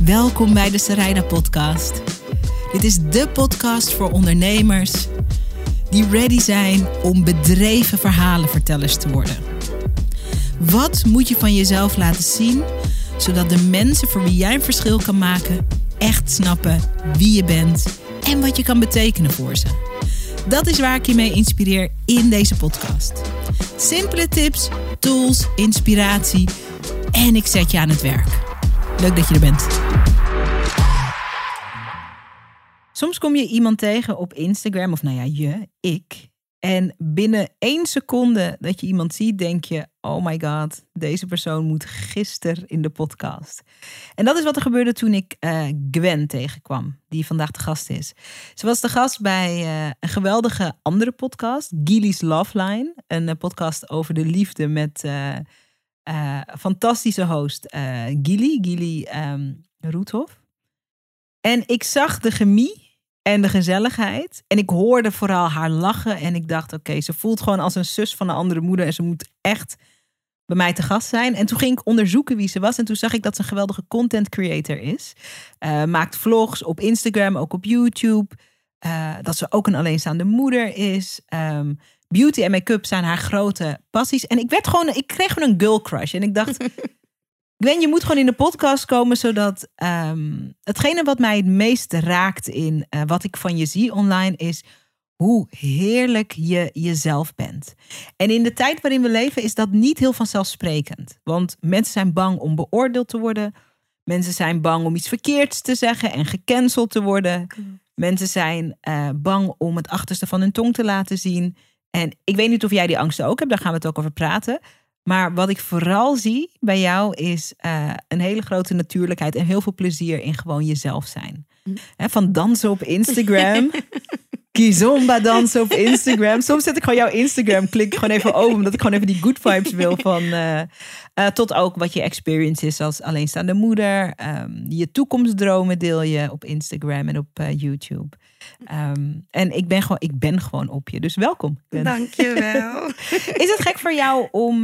Welkom bij de Sarayda Podcast. Dit is de podcast voor ondernemers die ready zijn om bedreven verhalenvertellers te worden. Wat moet je van jezelf laten zien, zodat de mensen voor wie jij een verschil kan maken echt snappen wie je bent en wat je kan betekenen voor ze. Dat is waar ik je mee inspireer in deze podcast. Simpele tips, tools, inspiratie en ik zet je aan het werk. Leuk dat je er bent. Soms kom je iemand tegen op Instagram, of ik. En binnen 1 seconde dat je iemand ziet, denk je, oh my god, deze persoon moet gisteren in de podcast. En dat is wat er gebeurde toen ik Gwen tegenkwam, die vandaag de gast is. Ze was de gast bij een geweldige andere podcast, Gili's Love Line. Een podcast over de liefde met fantastische host Gili Roethoff. En ik zag de chemie en de gezelligheid. En ik hoorde vooral haar lachen. En ik dacht, oké, ze voelt gewoon als een zus van een andere moeder. En ze moet echt bij mij te gast zijn. En toen ging ik onderzoeken wie ze was. En toen zag ik dat ze een geweldige content creator is. Maakt vlogs op Instagram, ook op YouTube. Dat ze ook een alleenstaande moeder is. Beauty en make-up zijn haar grote passies. En ik kreeg gewoon een girl crush. En ik dacht, Gwen, je moet gewoon in de podcast komen, zodat hetgene wat mij het meest raakt in wat ik van je zie online is hoe heerlijk je jezelf bent. En in de tijd waarin we leven is dat niet heel vanzelfsprekend. Want mensen zijn bang om beoordeeld te worden. Mensen zijn bang om iets verkeerds te zeggen en gecanceld te worden. Mensen zijn bang om het achterste van hun tong te laten zien. En ik weet niet of jij die angsten ook hebt, daar gaan we het ook over praten. Maar wat ik vooral zie bij jou is een hele grote natuurlijkheid en heel veel plezier in gewoon jezelf zijn. Van dansen op Instagram, kizomba dansen op Instagram. Soms zet ik gewoon jouw Instagram, klik gewoon even open, omdat ik gewoon even die good vibes wil. Tot ook wat je experience is als alleenstaande moeder. Je toekomstdromen deel je op Instagram en op YouTube. En ik ben gewoon op je. Dus welkom. Dankjewel. Is het gek voor jou om...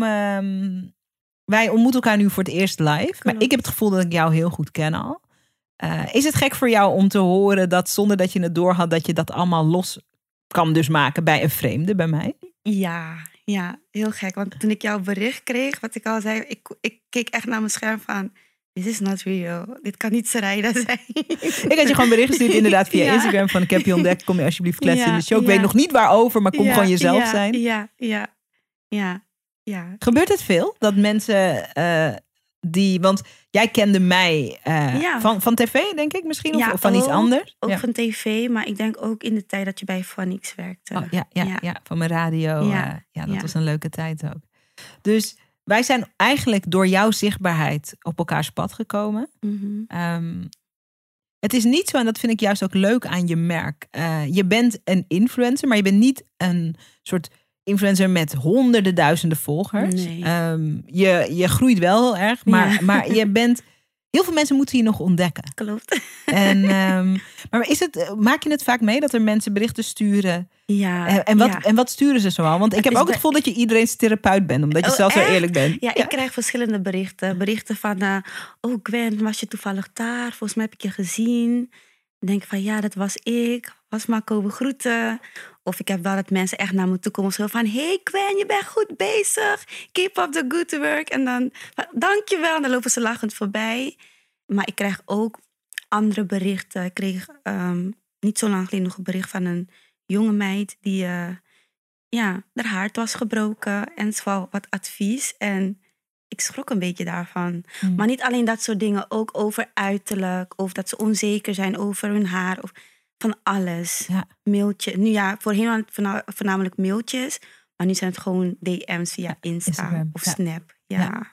wij ontmoeten elkaar nu voor het eerst live. Klopt. Maar ik heb het gevoel dat ik jou heel goed ken al. Is het gek voor jou om te horen dat zonder dat je het doorhad, dat je dat allemaal los kan dus maken bij een vreemde, bij mij? Ja, heel gek. Want toen ik jouw bericht kreeg, wat ik al zei, ik keek echt naar mijn scherm van, this is not real. Dit kan niet Sarayda zijn. Ik had je gewoon bericht gestuurd inderdaad via Instagram van ik heb je ontdekt, kom je alsjeblieft kletsen in de show. Ik weet nog niet waarover, maar kom gewoon jezelf zijn. Ja. Gebeurt het veel dat mensen want jij kende mij van tv, denk ik misschien, of van iets anders? Ook van tv, maar ik denk ook in de tijd dat je bij Phonics werkte. Van mijn radio. Dat was een leuke tijd ook. Dus wij zijn eigenlijk door jouw zichtbaarheid op elkaars pad gekomen. Mm-hmm. Het is niet zo, en dat vind ik juist ook leuk aan je merk. Je bent een influencer, maar je bent niet een soort influencer met honderden duizenden volgers. Nee. Je groeit wel heel erg, maar je bent... Heel veel mensen moeten je nog ontdekken. Klopt. Maar maak je het vaak mee dat er mensen berichten sturen? Ja. En wat sturen ze zoal? Want ik heb ook het gevoel dat je iedereen's therapeut bent. Omdat je zelf zo eerlijk bent. Ja, ik krijg verschillende berichten. Berichten van, Gwen, was je toevallig daar? Volgens mij heb ik je gezien. Dan denk ik van, ja, dat was ik. Was maar komen groeten. Of ik heb wel dat mensen echt naar me toe komen. Zo van, hey Gwen, je bent goed bezig. Keep up the good work. En dan, dankjewel. En dan lopen ze lachend voorbij. Maar ik krijg ook andere berichten. Ik kreeg niet zo lang geleden nog een bericht van een jonge meid die haar hart was gebroken. En ze wou wat advies. En ik schrok een beetje daarvan. Maar niet alleen dat soort dingen. Ook over uiterlijk. Of dat ze onzeker zijn over hun haar. Of van alles. Ja. Mailtje. Nu voorheen waren het voornamelijk mailtjes. Maar nu zijn het gewoon DM's via Instagram of Snap. Ja.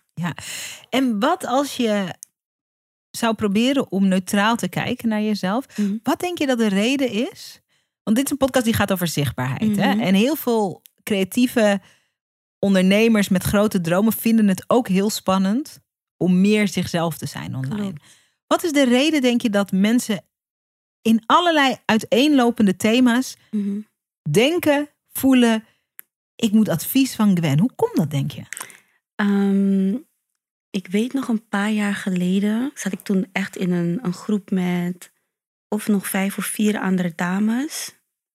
En wat als je zou proberen om neutraal te kijken naar jezelf? Mm-hmm. Wat denk je dat de reden is? Want dit is een podcast die gaat over zichtbaarheid. Mm-hmm. Hè? En heel veel creatieve ondernemers met grote dromen vinden het ook heel spannend om meer zichzelf te zijn online. Klopt. Wat is de reden, denk je, dat mensen in allerlei uiteenlopende thema's denken, voelen, ik moet advies van Gwen. Hoe komt dat, denk je? Ik weet nog een paar jaar geleden zat ik toen echt in een groep met of nog 5 of 4 andere dames.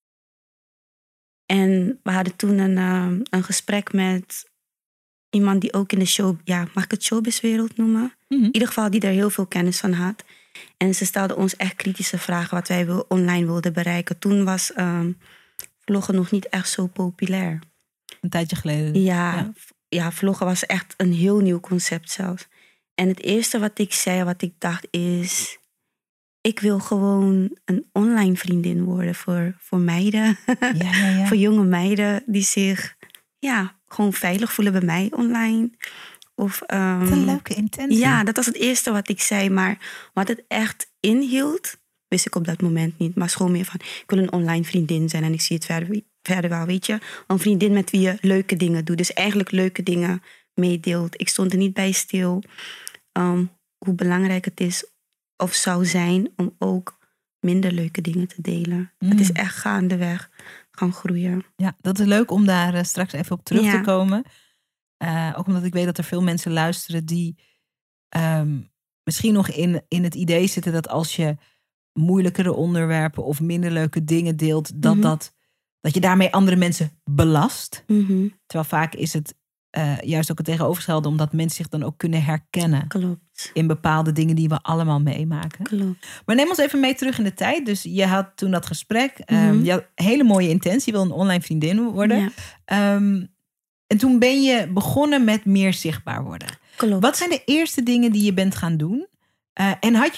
En we hadden toen een gesprek met iemand die ook in de show, ja, mag ik het showbizwereld noemen? In ieder geval die er heel veel kennis van had. En ze stelde ons echt kritische vragen wat wij online wilden bereiken. Toen was vloggen nog niet echt zo populair. Een tijdje geleden. Ja, vloggen was echt een heel nieuw concept zelfs. En het eerste wat ik zei, wat ik dacht is... Ik wil gewoon een online vriendin worden voor meiden. Ja. Voor jonge meiden die zich gewoon veilig voelen bij mij online. Of, wat een leuke intentie. Ja, dat was het eerste wat ik zei. Maar wat het echt inhield, wist ik op dat moment niet. Maar gewoon meer van, ik wil een online vriendin zijn. En ik zie het verder wel, weet je. Een vriendin met wie je leuke dingen doet. Dus eigenlijk leuke dingen meedeelt. Ik stond er niet bij stil hoe belangrijk het is of zou zijn om ook minder leuke dingen te delen. Het is echt gaandeweg gaan groeien. Ja, dat is leuk om daar straks even op terug te komen. Ook omdat ik weet dat er veel mensen luisteren die misschien nog in het idee zitten dat als je moeilijkere onderwerpen of minder leuke dingen deelt, dat je daarmee andere mensen belast. Terwijl vaak is het juist ook het tegenovergestelde, omdat mensen zich dan ook kunnen herkennen. Klopt. In bepaalde dingen die we allemaal meemaken. Klopt. Maar neem ons even mee terug in de tijd. Dus je had toen dat gesprek. Je had een hele mooie intentie. Je wil een online vriendin worden. Ja. En toen ben je begonnen met meer zichtbaar worden. Klopt. Wat zijn de eerste dingen die je bent gaan doen? En had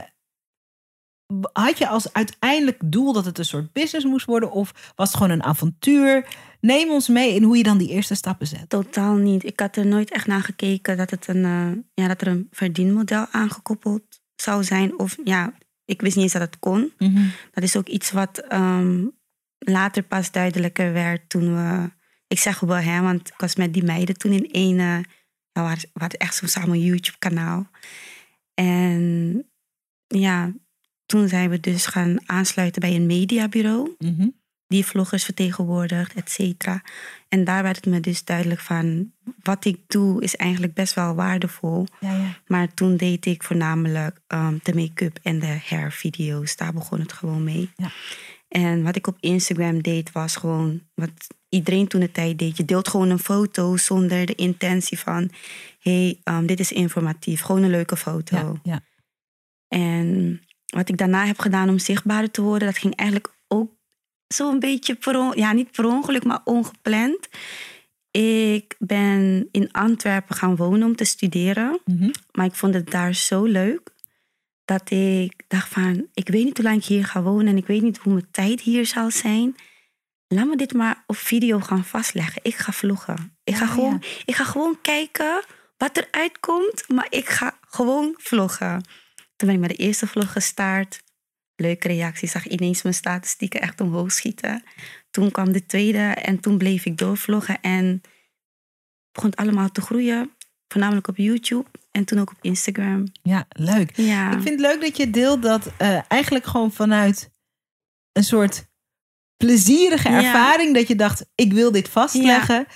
je als uiteindelijk doel dat het een soort business moest worden? Of was het gewoon een avontuur? Neem ons mee in hoe je dan die eerste stappen zet. Totaal niet. Ik had er nooit echt naar gekeken dat er een verdienmodel aangekoppeld zou zijn. Of ik wist niet eens dat het kon. Dat is ook iets wat later pas duidelijker werd toen we... Ik zeg wel, want ik was met die meiden toen in één... we hadden echt zo'n samen YouTube-kanaal. En toen zijn we dus gaan aansluiten bij een mediabureau. Die vloggers vertegenwoordigt, et cetera. En daar werd het me dus duidelijk van... wat ik doe is eigenlijk best wel waardevol. Ja. Maar toen deed ik voornamelijk de make-up en de hair-video's. Daar begon het gewoon mee. Ja. En wat ik op Instagram deed was gewoon... wat iedereen toen de tijd deed. Je deelt gewoon een foto zonder de intentie van... dit is informatief. Gewoon een leuke foto. Ja. En wat ik daarna heb gedaan om zichtbaarder te worden... dat ging eigenlijk ook zo'n beetje niet per ongeluk, maar ongepland. Ik ben in Antwerpen gaan wonen om te studeren. Maar ik vond het daar zo leuk dat ik dacht van... ik weet niet hoe lang ik hier ga wonen en ik weet niet hoe mijn tijd hier zal zijn. Laat me dit maar op video gaan vastleggen. Ik ga vloggen. Ik ga gewoon kijken wat eruit komt, maar ik ga gewoon vloggen. Toen ben ik met de eerste vlog gestart. Leuke reacties. Zag ineens mijn statistieken echt omhoog schieten. Toen kwam de tweede en toen bleef ik doorvloggen. En begon het allemaal te groeien. Voornamelijk op YouTube en toen ook op Instagram. Ja, leuk. Ja. Ik vind het leuk dat je deelt dat eigenlijk gewoon vanuit een soort plezierige ervaring... dat je dacht, ik wil dit vastleggen.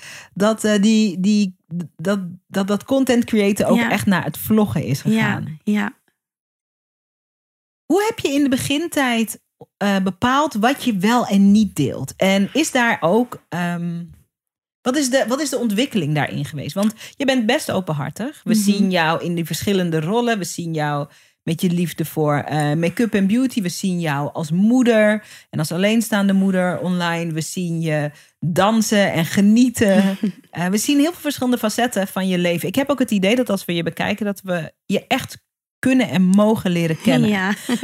Dat content creëren ook echt naar het vloggen is gegaan. Ja. Hoe heb je in de begintijd bepaald wat je wel en niet deelt? En is daar ook... Wat is de ontwikkeling daarin geweest? Want je bent best openhartig. We zien jou in die verschillende rollen. We zien jou met je liefde voor make-up en beauty. We zien jou als moeder en als alleenstaande moeder online. We zien je dansen en genieten. We zien heel veel verschillende facetten van je leven. Ik heb ook het idee dat als we je bekijken... dat we je echt kunnen en mogen leren kennen. Ja. Maar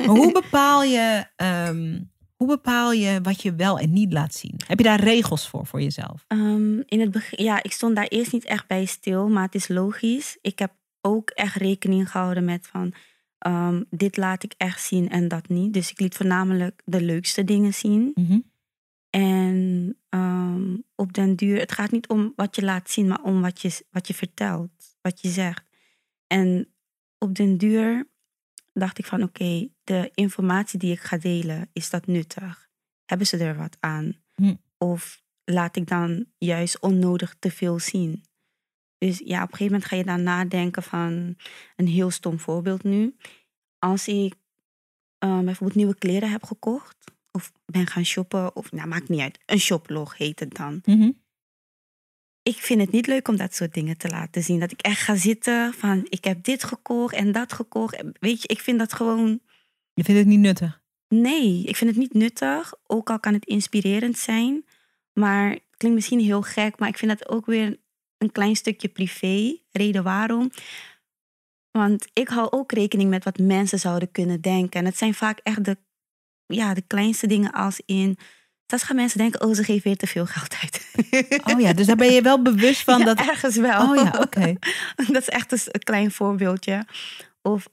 hoe bepaal je wat je wel en niet laat zien? Heb je daar regels voor jezelf? In het begin, ik stond daar eerst niet echt bij stil, maar het is logisch. Ik heb ook echt rekening gehouden met van... dit laat ik echt zien en dat niet. Dus ik liet voornamelijk de leukste dingen zien. En op den duur, het gaat niet om wat je laat zien, maar om wat je vertelt, wat je zegt. En op den duur dacht ik van oké, de informatie die ik ga delen, is dat nuttig? Hebben ze er wat aan? Of laat ik dan juist onnodig te veel zien? Dus ja, op een gegeven moment ga je dan nadenken van een heel stom voorbeeld nu. Als ik bijvoorbeeld nieuwe kleren heb gekocht of ben gaan shoppen, of nou maakt niet uit, een shoplog heet het dan. Mm-hmm. Ik vind het niet leuk om dat soort dingen te laten zien. Dat ik echt ga zitten van ik heb dit gekocht en dat gekocht. Weet je, ik vind dat gewoon... Je vindt het niet nuttig? Nee, ik vind het niet nuttig. Ook al kan het inspirerend zijn. Maar het klinkt misschien heel gek, maar ik vind dat ook weer een klein stukje privé. Reden waarom? Want ik hou ook rekening met wat mensen zouden kunnen denken. En het zijn vaak echt de kleinste dingen als in... Dat gaan mensen denken, oh, ze geven weer te veel geld uit. Oh ja, dus daar ben je wel bewust van? Ja, dat... ergens wel. Oh ja, oké. Dat is echt een klein voorbeeldje. Of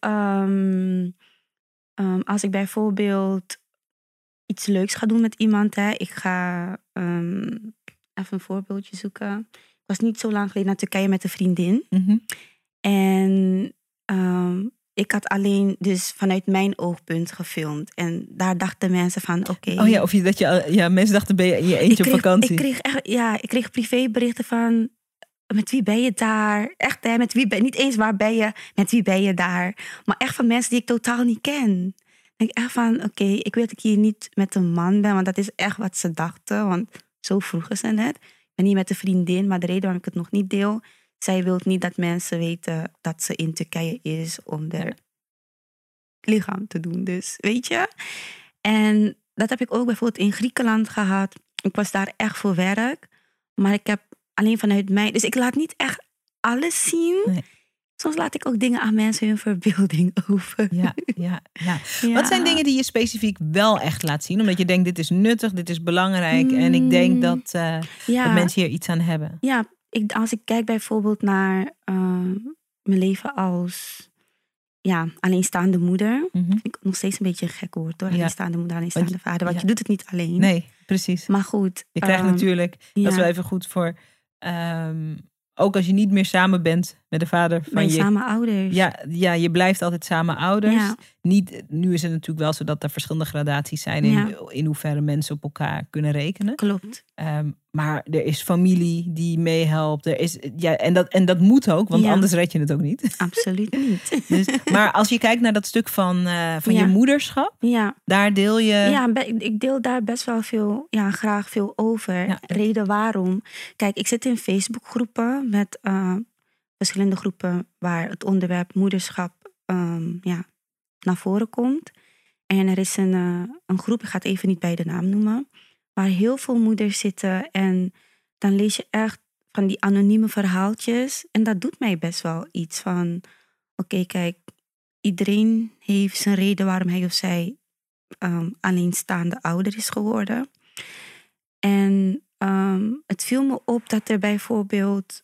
als ik bijvoorbeeld iets leuks ga doen met iemand. Hè. Ik ga even een voorbeeldje zoeken. Ik was niet zo lang geleden naar Turkije met een vriendin. Mm-hmm. En ik had alleen dus vanuit mijn oogpunt gefilmd. En daar dachten mensen van, oké. Oh ja, of mensen dachten, ben je in je eentje op vakantie? Ik kreeg privéberichten van, met wie ben je daar? Echt, hè, niet eens waar ben je, met wie ben je daar? Maar echt van mensen die ik totaal niet ken. Ik denk echt van, oké, ik weet dat ik hier niet met een man ben, want dat is echt wat ze dachten. Want zo vroegen ze net. Ik ben niet met een vriendin, maar de reden waarom ik het nog niet deel... Zij wil niet dat mensen weten dat ze in Turkije is om haar lichaam te doen. Dus, weet je? En dat heb ik ook bijvoorbeeld in Griekenland gehad. Ik was daar echt voor werk. Maar ik heb alleen vanuit mij... Dus ik laat niet echt alles zien. Nee. Soms laat ik ook dingen aan mensen hun verbeelding over. Ja. Wat zijn dingen die je specifiek wel echt laat zien? Omdat je denkt, dit is nuttig, dit is belangrijk. En ik denk dat mensen hier iets aan hebben. Ja, als ik kijk bijvoorbeeld naar mijn leven als alleenstaande moeder. Mm-hmm. Vind ik nog steeds een beetje een gek woord hoor. Ja. Alleenstaande moeder, alleenstaande vader. Want je doet het niet alleen. Nee, precies. Maar goed. Je krijgt natuurlijk, dat is wel even goed voor... ook als je niet meer samen bent met de vader van samen ouders. Ja, je blijft altijd samen ouders. Ja. Nu is het natuurlijk wel zo dat er verschillende gradaties zijn in hoeverre mensen op elkaar kunnen rekenen. Klopt. Maar er is familie die meehelpt. En dat moet ook, want anders red je het ook niet. Absoluut niet. Dus, maar als je kijkt naar dat stuk van je moederschap, daar deel je... Ja, ik deel daar best wel veel, graag veel over. Ja. Reden waarom. Kijk, ik zit in Facebookgroepen met verschillende groepen waar het onderwerp moederschap naar voren komt. En er is een groep, ik ga het even niet bij de naam noemen, waar heel veel moeders zitten. En dan lees je echt van die anonieme verhaaltjes. En dat doet mij best wel iets van... Oké, kijk, iedereen heeft zijn reden waarom hij of zij alleenstaande ouder is geworden. En het viel me op dat er bijvoorbeeld...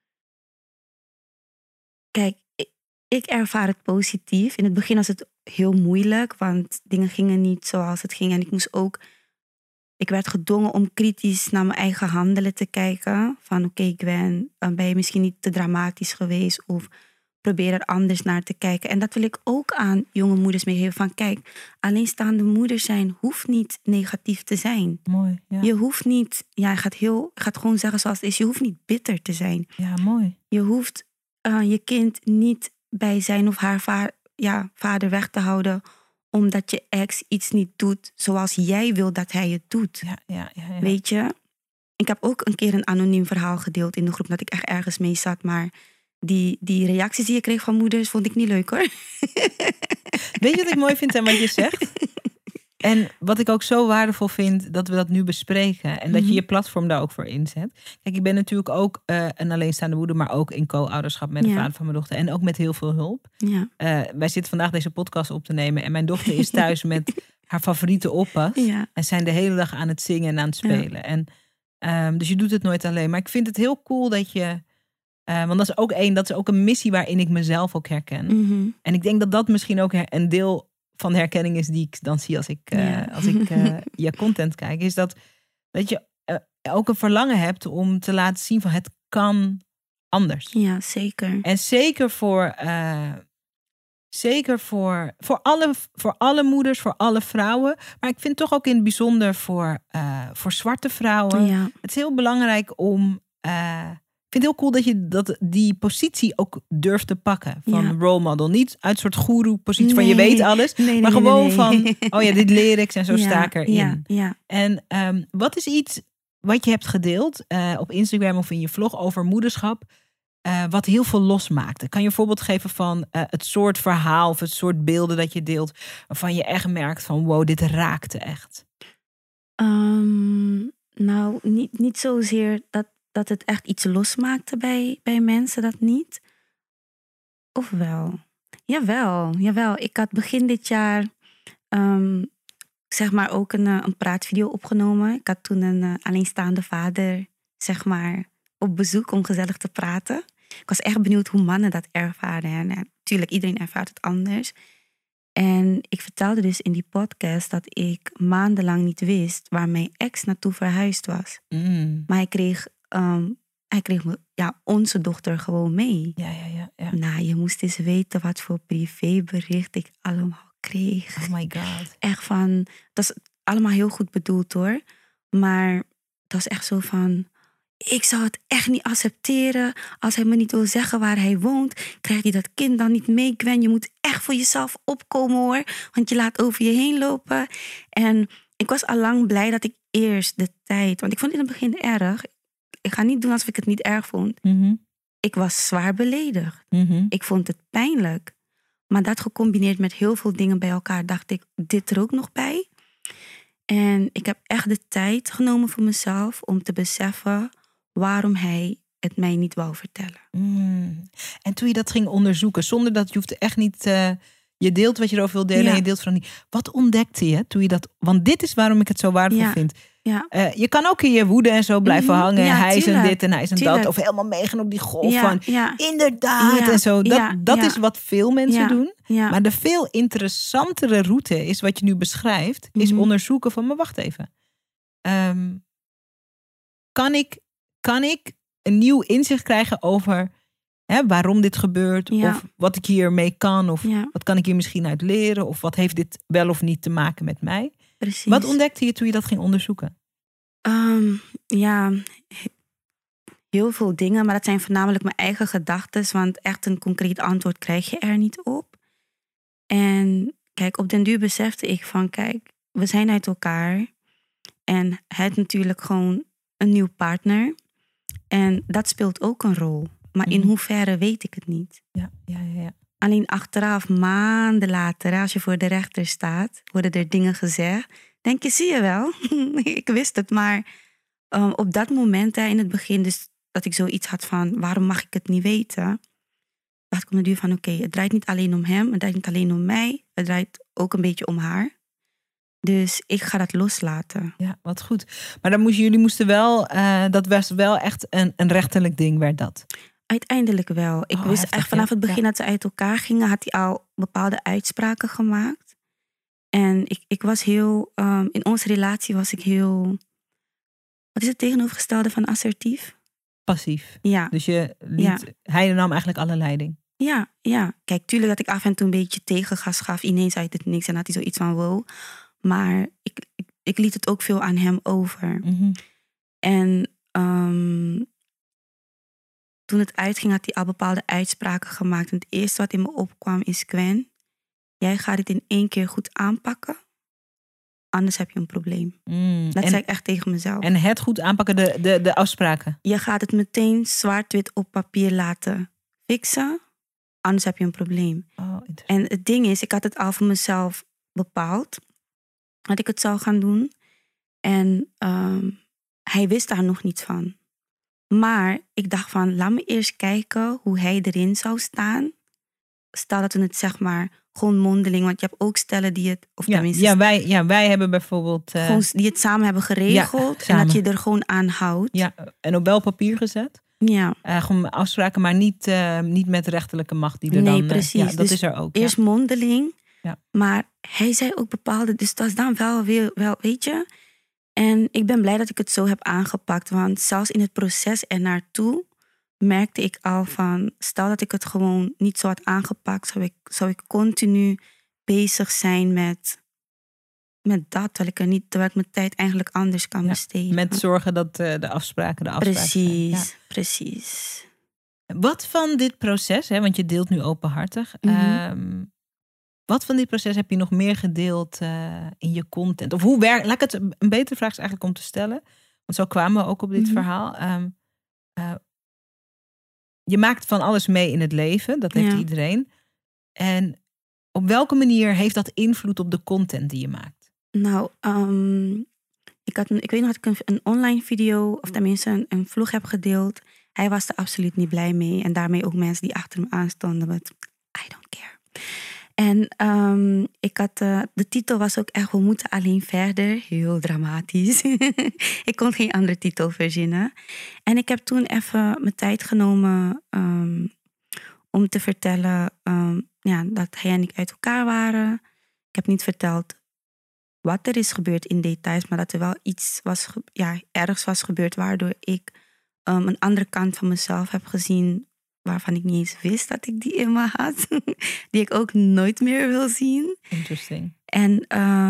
Kijk, ik ervaar het positief. In het begin was het heel moeilijk, want dingen gingen niet zoals het ging. En ik werd gedwongen om kritisch naar mijn eigen handelen te kijken. Van oké, Gwen, ben je misschien niet te dramatisch geweest? Of probeer er anders naar te kijken. En dat wil ik ook aan jonge moeders meegeven. Van kijk, alleenstaande moeder zijn hoeft niet negatief te zijn. Mooi, ja. Je hoeft niet, ik ga het gewoon zeggen zoals het is. Je hoeft niet bitter te zijn. Ja, mooi. Je hoeft je kind niet bij zijn of haar vader weg te houden, omdat je ex iets niet doet zoals jij wil dat hij het doet. Ja. Weet je? Ik heb ook een keer een anoniem verhaal gedeeld in de groep dat ik echt ergens mee zat, maar die reacties die je kreeg van moeders vond ik niet leuk hoor. Weet je wat ik mooi vind aan wat je zegt? En wat ik ook zo waardevol vind, dat we dat nu bespreken. En dat je je platform daar ook voor inzet. Kijk, ik ben natuurlijk ook een alleenstaande moeder, maar ook in co-ouderschap met de vader van mijn dochter. En ook met heel veel hulp. Ja. Wij zitten vandaag deze podcast op te nemen. En mijn dochter is thuis met haar favoriete oppas. Ja. En zijn de hele dag aan het zingen en aan het spelen. Ja. En, dus je doet het nooit alleen. Maar ik vind het heel cool dat je... want dat is ook een missie waarin ik mezelf ook herken. Mm-hmm. En ik denk dat dat misschien ook een deel van de herkenning is die ik dan zie als ik je content kijk. Is dat je ook een verlangen hebt om te laten zien van het kan anders. Ja, zeker. En zeker voor alle moeders, voor alle vrouwen. Maar ik vind toch ook in het bijzonder voor zwarte vrouwen. Ja. Het is heel belangrijk om vind het heel cool dat je die positie ook durft te pakken. Van role model. Niet uit een soort goeroe-positie van je weet alles. Maar gewoon van, oh ja, dit leer ik en zo sta ik erin. Ja. En wat is iets wat je hebt gedeeld op Instagram of in je vlog over moederschap, wat heel veel losmaakte? Kan je een voorbeeld geven van het soort verhaal of het soort beelden dat je deelt, waarvan je echt merkt van, wow, dit raakte echt? Nou, niet zozeer dat het echt iets losmaakte bij mensen, dat niet. Of wel? Jawel. Ik had begin dit jaar zeg maar ook een praatvideo opgenomen. Ik had toen een alleenstaande vader zeg maar op bezoek om gezellig te praten. Ik was echt benieuwd hoe mannen dat ervaren. En natuurlijk, iedereen ervaart het anders. En ik vertelde dus in die podcast dat ik maandenlang niet wist waar mijn ex naartoe verhuisd was. Maar hij kreeg onze dochter gewoon mee. Ja. Nou, je moest eens weten wat voor privébericht ik allemaal kreeg. Oh my god. Echt van, dat is allemaal heel goed bedoeld hoor. Maar het was echt zo van, ik zou het echt niet accepteren. Als hij me niet wil zeggen waar hij woont, krijgt hij dat kind dan niet mee. Gwen, je moet echt voor jezelf opkomen hoor. Want je laat over je heen lopen. En ik was allang blij dat ik eerst de tijd, want ik vond het in het begin erg. Ik ga niet doen alsof ik het niet erg vond. Ik was zwaar beledigd. Ik vond het pijnlijk. Maar dat gecombineerd met heel veel dingen bij elkaar, dacht ik, dit er ook nog bij. En ik heb echt de tijd genomen voor mezelf om te beseffen waarom hij het mij niet wou vertellen. En toen je dat ging onderzoeken, zonder dat je hoeft echt niet, je deelt wat je erover wil delen en je deelt van niet. Wat ontdekte je toen je dat? Want dit is waarom ik het zo waardevol vind. Ja. Je kan ook in je woede en zo blijven hangen. Ja, hij is tuurlijk. een dit en hij is een dat. Of helemaal meegaan op die golf van inderdaad en zo. Dat is wat veel mensen doen. Ja. Maar de veel interessantere route is wat je nu beschrijft. Is onderzoeken van, maar wacht even. Kan ik een nieuw inzicht krijgen over waarom dit gebeurt? Of wat ik hiermee kan? Of wat kan ik hier misschien uit leren? Of wat heeft dit wel of niet te maken met mij? Precies. Wat ontdekte je toen je dat ging onderzoeken? Heel veel dingen, maar dat zijn voornamelijk mijn eigen gedachten, want echt een concreet antwoord krijg je er niet op. En kijk, op den duur besefte ik van, kijk, we zijn uit elkaar en hij heeft natuurlijk gewoon een nieuw partner en dat speelt ook een rol. Maar in hoeverre weet ik het niet. Ja. Alleen achteraf, maanden later, als je voor de rechter staat, worden er dingen gezegd. Denk je, zie je wel, ik wist het, maar op dat moment in het begin, dus dat ik zoiets had van, waarom mag ik het niet weten? Dacht ik op de duur van, oké, het draait niet alleen om hem, het draait niet alleen om mij, het draait ook een beetje om haar. Dus ik ga dat loslaten. Ja, wat goed. Maar dan jullie moesten wel, dat was wel echt een rechterlijk ding, werd dat? Uiteindelijk wel. Ik wist echt vanaf het begin dat ze uit elkaar gingen, had hij al bepaalde uitspraken gemaakt. En ik was heel, in onze relatie was ik heel, wat is het tegenovergestelde van assertief? Passief. Ja. Dus hij nam eigenlijk alle leiding. Ja. Kijk, tuurlijk dat ik af en toe een beetje tegengas gaf, ineens uit het niks en had hij zoiets van wow. Maar ik liet het ook veel aan hem over. En toen het uitging had hij al bepaalde uitspraken gemaakt. En het eerste wat in me opkwam is, Gwen, jij gaat het in 1 keer goed aanpakken. Anders heb je een probleem. Dat zei ik echt tegen mezelf. En het goed aanpakken, de afspraken. Je gaat het meteen zwart-wit op papier laten fixen. Anders heb je een probleem. En het ding is, ik had het al voor mezelf bepaald. Dat ik het zou gaan doen. En hij wist daar nog niets van. Maar ik dacht van, laat me eerst kijken hoe hij erin zou staan. Stel dat we het zeg maar gewoon mondeling, want je hebt ook stellen die het, of tenminste, wij hebben bijvoorbeeld gewoon die het samen hebben geregeld en dat je er gewoon aan houdt. Ja, en op wel papier gezet. Ja. Gewoon afspraken, maar niet met rechterlijke macht die er dan. Nee, precies. Dat dus is er ook. Eerst mondeling, ja. Maar hij zei ook bepaalde, dus dat is dan wel weer, weet je. En ik ben blij dat ik het zo heb aangepakt, want zelfs in het proces ernaartoe merkte ik al van, stel dat ik het gewoon niet zo had aangepakt, zou ik continu bezig zijn met met dat, terwijl ik mijn tijd eigenlijk anders kan besteden. Met zorgen dat de afspraken zijn. Ja. Precies. Wat van dit proces, hè, want je deelt nu openhartig. Wat van dit proces heb je nog meer gedeeld in je content? Of hoe werkt, laat ik het een betere vraag is eigenlijk om te stellen. Want zo kwamen we ook op dit verhaal. Je maakt van alles mee in het leven. Dat heeft iedereen. En op welke manier heeft dat invloed op de content die je maakt? Nou, ik weet nog dat ik een online video, of tenminste een vlog heb gedeeld. Hij was er absoluut niet blij mee. En daarmee ook mensen die achter hem aanstonden. But I don't care. En ik had, de titel was ook echt, we moeten alleen verder. Heel dramatisch. Ik kon geen andere titel verzinnen. En ik heb toen even mijn tijd genomen om te vertellen dat hij en ik uit elkaar waren. Ik heb niet verteld wat er is gebeurd in details, maar dat er wel iets ergs was gebeurd, waardoor ik een andere kant van mezelf heb gezien, waarvan ik niet eens wist dat ik die in me had. Die ik ook nooit meer wil zien. Interesting. En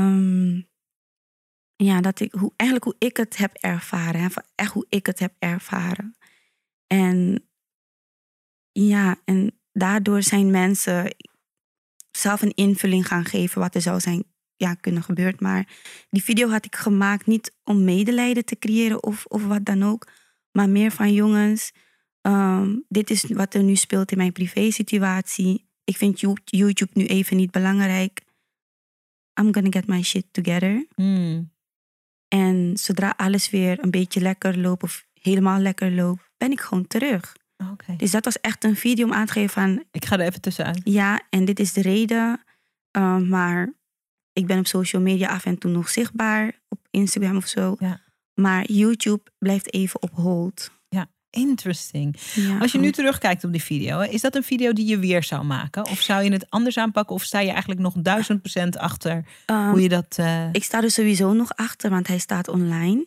hoe ik het heb ervaren. Hè, echt hoe ik het heb ervaren. En daardoor zijn mensen zelf een invulling gaan geven wat er zou zijn kunnen gebeuren. Maar die video had ik gemaakt niet om medelijden te creëren of wat dan ook. Maar meer van jongens, dit is wat er nu speelt in mijn privé-situatie. Ik vind YouTube nu even niet belangrijk. I'm gonna get my shit together. En zodra alles weer een beetje lekker loopt of helemaal lekker loopt, ben ik gewoon terug. Okay. Dus dat was echt een video om aan te geven van, ik ga er even tussenuit. Ja, en dit is de reden. Maar ik ben op social media af en toe nog zichtbaar. Op Instagram of zo. Ja. Maar YouTube blijft even op hold. Ja, interesting. Ja. Als je nu terugkijkt op die video, is dat een video die je weer zou maken? Of zou je het anders aanpakken? Of sta je eigenlijk nog 1000% achter hoe je dat... Ik sta er sowieso nog achter, want hij staat online.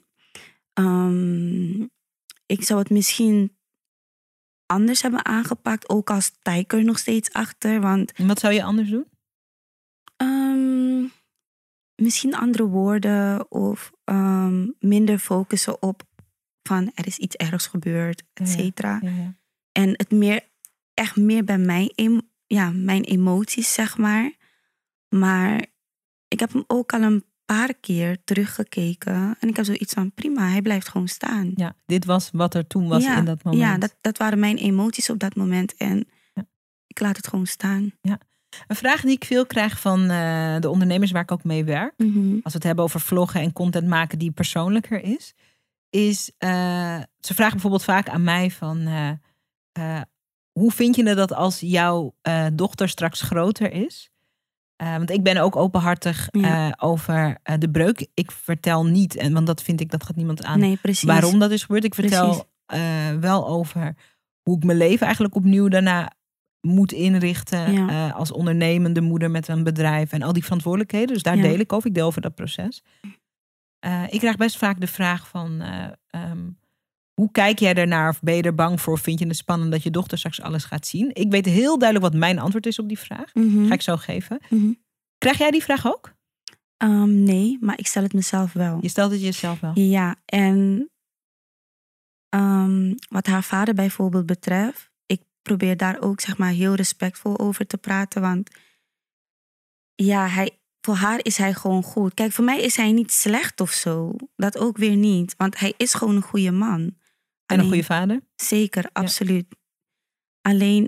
Ik zou het misschien anders hebben aangepakt. Ook al sta ik er nog steeds achter. Want, wat zou je anders doen? Misschien andere woorden. Of minder focussen op van er is iets ergs gebeurd, et cetera. Ja. En het meer bij mijn emoties, zeg maar. Maar ik heb hem ook al een paar keer teruggekeken. En ik heb zoiets van, prima, hij blijft gewoon staan. Ja, dit was wat er toen was in dat moment. Ja, dat waren mijn emoties op dat moment. En ik laat het gewoon staan. Ja. Een vraag die ik veel krijg van de ondernemers waar ik ook mee werk. Als we het hebben over vloggen en content maken die persoonlijker is. Ze vragen bijvoorbeeld vaak aan mij van... hoe vind je dat als jouw dochter straks groter is? Want ik ben ook openhartig over de breuk. Ik vertel niet, want dat vind ik, dat gaat niemand aan, waarom dat is gebeurd. Ik vertel wel over hoe ik mijn leven eigenlijk opnieuw daarna moet inrichten. Ja. Als ondernemende moeder met een bedrijf en al die verantwoordelijkheden. Dus daar deel ik over. Ik deel over dat proces. Ik krijg best vaak de vraag van... hoe kijk jij ernaar? Of ben je er bang voor? Vind je het spannend dat je dochter straks alles gaat zien? Ik weet heel duidelijk wat mijn antwoord is op die vraag. Ga ik zo geven. Krijg jij die vraag ook? Nee, maar ik stel het mezelf wel. Je stelt het jezelf wel? Ja, en wat haar vader bijvoorbeeld betreft... ik probeer daar ook zeg maar heel respectvol over te praten. Want voor haar is hij gewoon goed. Kijk, voor mij is hij niet slecht of zo. Dat ook weer niet. Want hij is gewoon een goede man. En een goede vader? Zeker, absoluut. Ja. Alleen,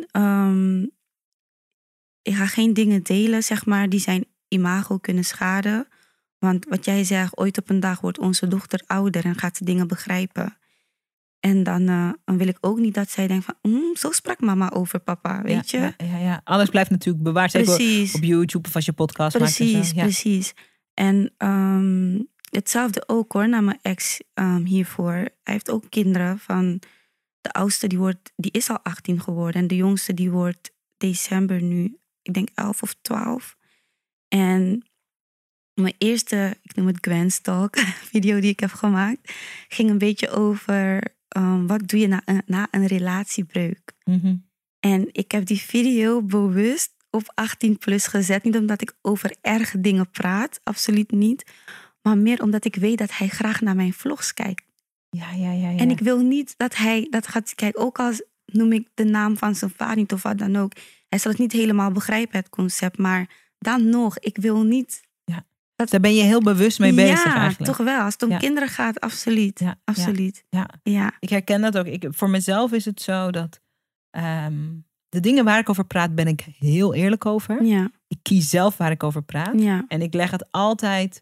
ik ga geen dingen delen, zeg maar, die zijn imago kunnen schaden. Want wat jij zegt, ooit op een dag wordt onze dochter ouder en gaat ze dingen begrijpen. En dan wil ik ook niet dat zij denkt van... zo sprak mama over papa, weet je? Ja. Alles blijft natuurlijk bewaard. Zeker op YouTube of als je podcast maakt. Precies. En hetzelfde ook hoor, naar mijn ex hiervoor. Hij heeft ook kinderen van... De oudste die is al 18 geworden. En de jongste die wordt december nu, ik denk 11 of 12. En mijn eerste, ik noem het Gwen's Talk, video die ik heb gemaakt... ging een beetje over... wat doe je na een relatiebreuk? En ik heb die video bewust op 18 plus gezet. Niet omdat ik over erge dingen praat, absoluut niet. Maar meer omdat ik weet dat hij graag naar mijn vlogs kijkt. Ja. En ik wil niet dat hij dat gaat kijken. Ook al noem ik de naam van zijn vader niet of wat dan ook. Hij zal het niet helemaal begrijpen, het concept. Maar dan nog, ik wil niet... Dus daar ben je heel bewust mee bezig eigenlijk. Ja, toch wel. Als het om kinderen gaat, absoluut. Ja, absoluut. Ja. Ik herken dat ook. Voor mezelf is het zo dat... de dingen waar ik over praat, ben ik heel eerlijk over. Ja. Ik kies zelf waar ik over praat. Ja. En ik leg het altijd...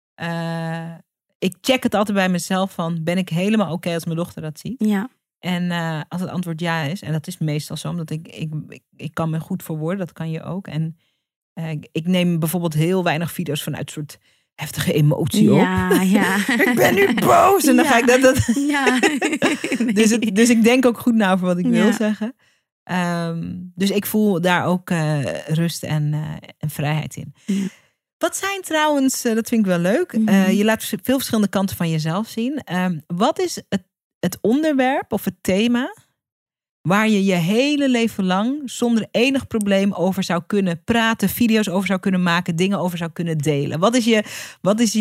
ik check het altijd bij mezelf van... ben ik helemaal oké als mijn dochter dat ziet? Ja. En als het antwoord ja is... en dat is meestal zo, omdat ik kan me goed verwoorden. Dat kan je ook. En ik neem bijvoorbeeld heel weinig video's vanuit een soort heftige emotie op. Ja. Ik ben nu boos. En dan ga ik dat... Ja. Nee. Dus ik denk ook goed na over wat ik wil zeggen. Dus ik voel daar ook rust en vrijheid in. Ja. Wat zijn trouwens, dat vind ik wel leuk. Je laat veel verschillende kanten van jezelf zien. Wat is het onderwerp of het thema waar je je hele leven lang zonder enig probleem over zou kunnen praten, video's over zou kunnen maken, dingen over zou kunnen delen? Wat is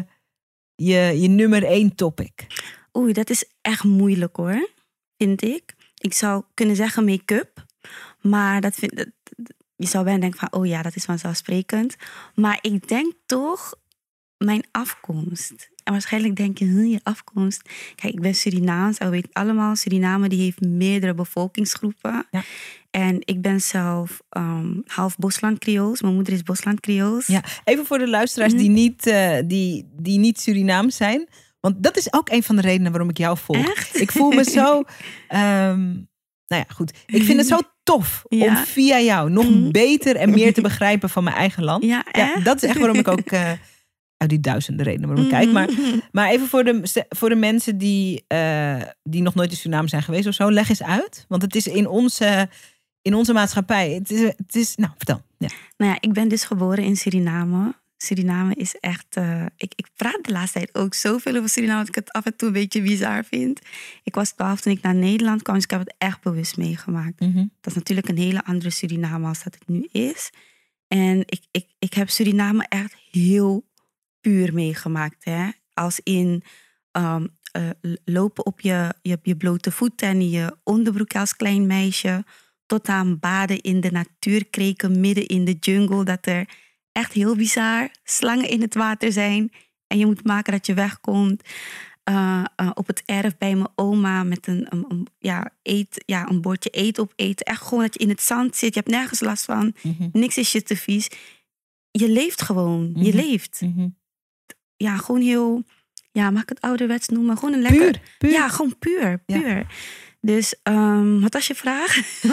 je nummer 1 topic? Oei, dat is echt moeilijk hoor, vind ik. Ik zou kunnen zeggen make-up, maar je zou bijna denken van, oh ja, dat is vanzelfsprekend. Maar ik denk toch mijn afkomst. En waarschijnlijk denk je, je afkomst. Kijk, ik ben Surinaams. We weten allemaal, Suriname die heeft meerdere bevolkingsgroepen. Ja. En ik ben zelf half Bosland-Creools. Mijn moeder is Bosland-Creools. Ja, even voor de luisteraars die niet Surinaams zijn. Want dat is ook een van de redenen waarom ik jou volg. Echt? Ik voel me zo... nou ja, goed. Ik vind het zo tof om via jou nog beter en meer te begrijpen van mijn eigen land. Ja, dat is echt waarom ik ook... uit die duizenden redenen waarom ik kijk. Maar even voor de mensen die nog nooit in Suriname zijn geweest of zo. Leg eens uit. Want het is in onze maatschappij. Het is nou, vertel. Ja. Nou ja, ik ben dus geboren in Suriname. Suriname is echt... Ik praat de laatste tijd ook zoveel over Suriname... dat ik het af en toe een beetje bizar vind. Ik was 12 toen ik naar Nederland kwam... dus ik heb het echt bewust meegemaakt. Dat is natuurlijk een hele andere Suriname als dat het nu is. En ik heb Suriname echt heel puur meegemaakt. Hè? Als in lopen op je blote voeten... en je onderbroek als klein meisje... tot aan baden in de natuurkreken midden in de jungle... dat er echt heel bizar slangen in het water zijn... en je moet maken dat je wegkomt. Op het erf bij mijn oma met een bordje eten opeten. Echt gewoon dat je in het zand zit. Je hebt nergens last van. Niks is je te vies. Je leeft gewoon. Je leeft. Ja, gewoon heel... Ja, mag ik het ouderwets noemen? Gewoon een lekker... Puur. Ja, gewoon puur. Ja. Dus, wat was je vraag?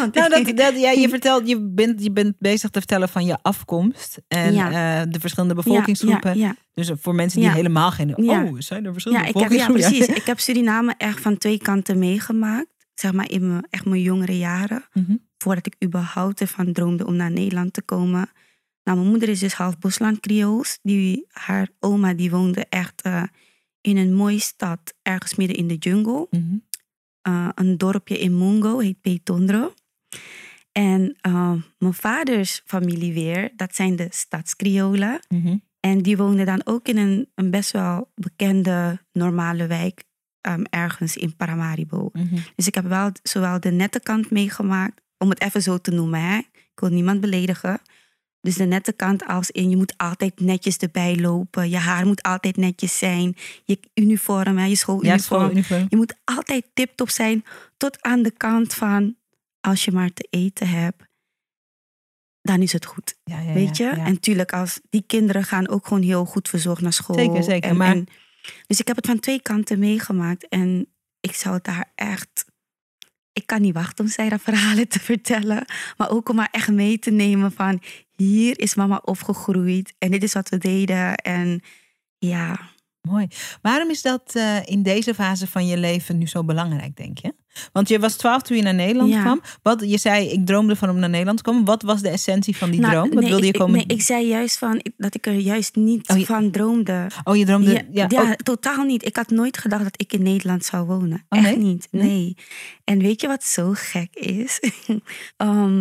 Je vertelt, je bent bezig te vertellen van je afkomst. En de verschillende bevolkingsgroepen. Ja. Dus voor mensen die helemaal geen... Oh, zijn er verschillende bevolkingsgroepen? Ja, precies. Ik heb Suriname echt van 2 kanten meegemaakt. Zeg maar in mijn jongere jaren. Voordat ik überhaupt ervan droomde om naar Nederland te komen. Nou, mijn moeder is dus half Bosland-Creools. Haar oma die woonde echt in een mooie stad. Ergens midden in de jungle. Een dorpje in Mungo, heet Petondro. En mijn vaders familie weer, dat zijn de Stads-Creolen. En die woonden dan ook in een best wel bekende, normale wijk. Ergens in Paramaribo. Dus ik heb wel zowel de nette kant meegemaakt, om het even zo te noemen. Hè? Ik wil niemand beledigen. Dus de nette kant als in, je moet altijd netjes erbij lopen. Je haar moet altijd netjes zijn. Je uniform, je schooluniform. Je moet altijd tip-top zijn. Tot aan de kant van, als je maar te eten hebt, dan is het goed. Weet je? Ja. En natuurlijk, die kinderen gaan ook gewoon heel goed verzorgd naar school. Zeker. Dus ik heb het van 2 kanten meegemaakt. En ik zou het daar echt... Ik kan niet wachten om zij verhalen te vertellen. Maar ook om haar echt mee te nemen van... hier is mama opgegroeid en dit is wat we deden. En ja... Mooi. Waarom is dat in deze fase van je leven nu zo belangrijk, denk je? Want je was 12 toen je naar Nederland kwam. Je zei, ik droomde van om naar Nederland te komen. Wat was de essentie van die droom? Wat wilde je komen? Ik zei juist dat ik er juist niet van droomde. Oh, je droomde? Ja, totaal niet. Ik had nooit gedacht dat ik in Nederland zou wonen. Echt niet, nee. En weet je wat zo gek is?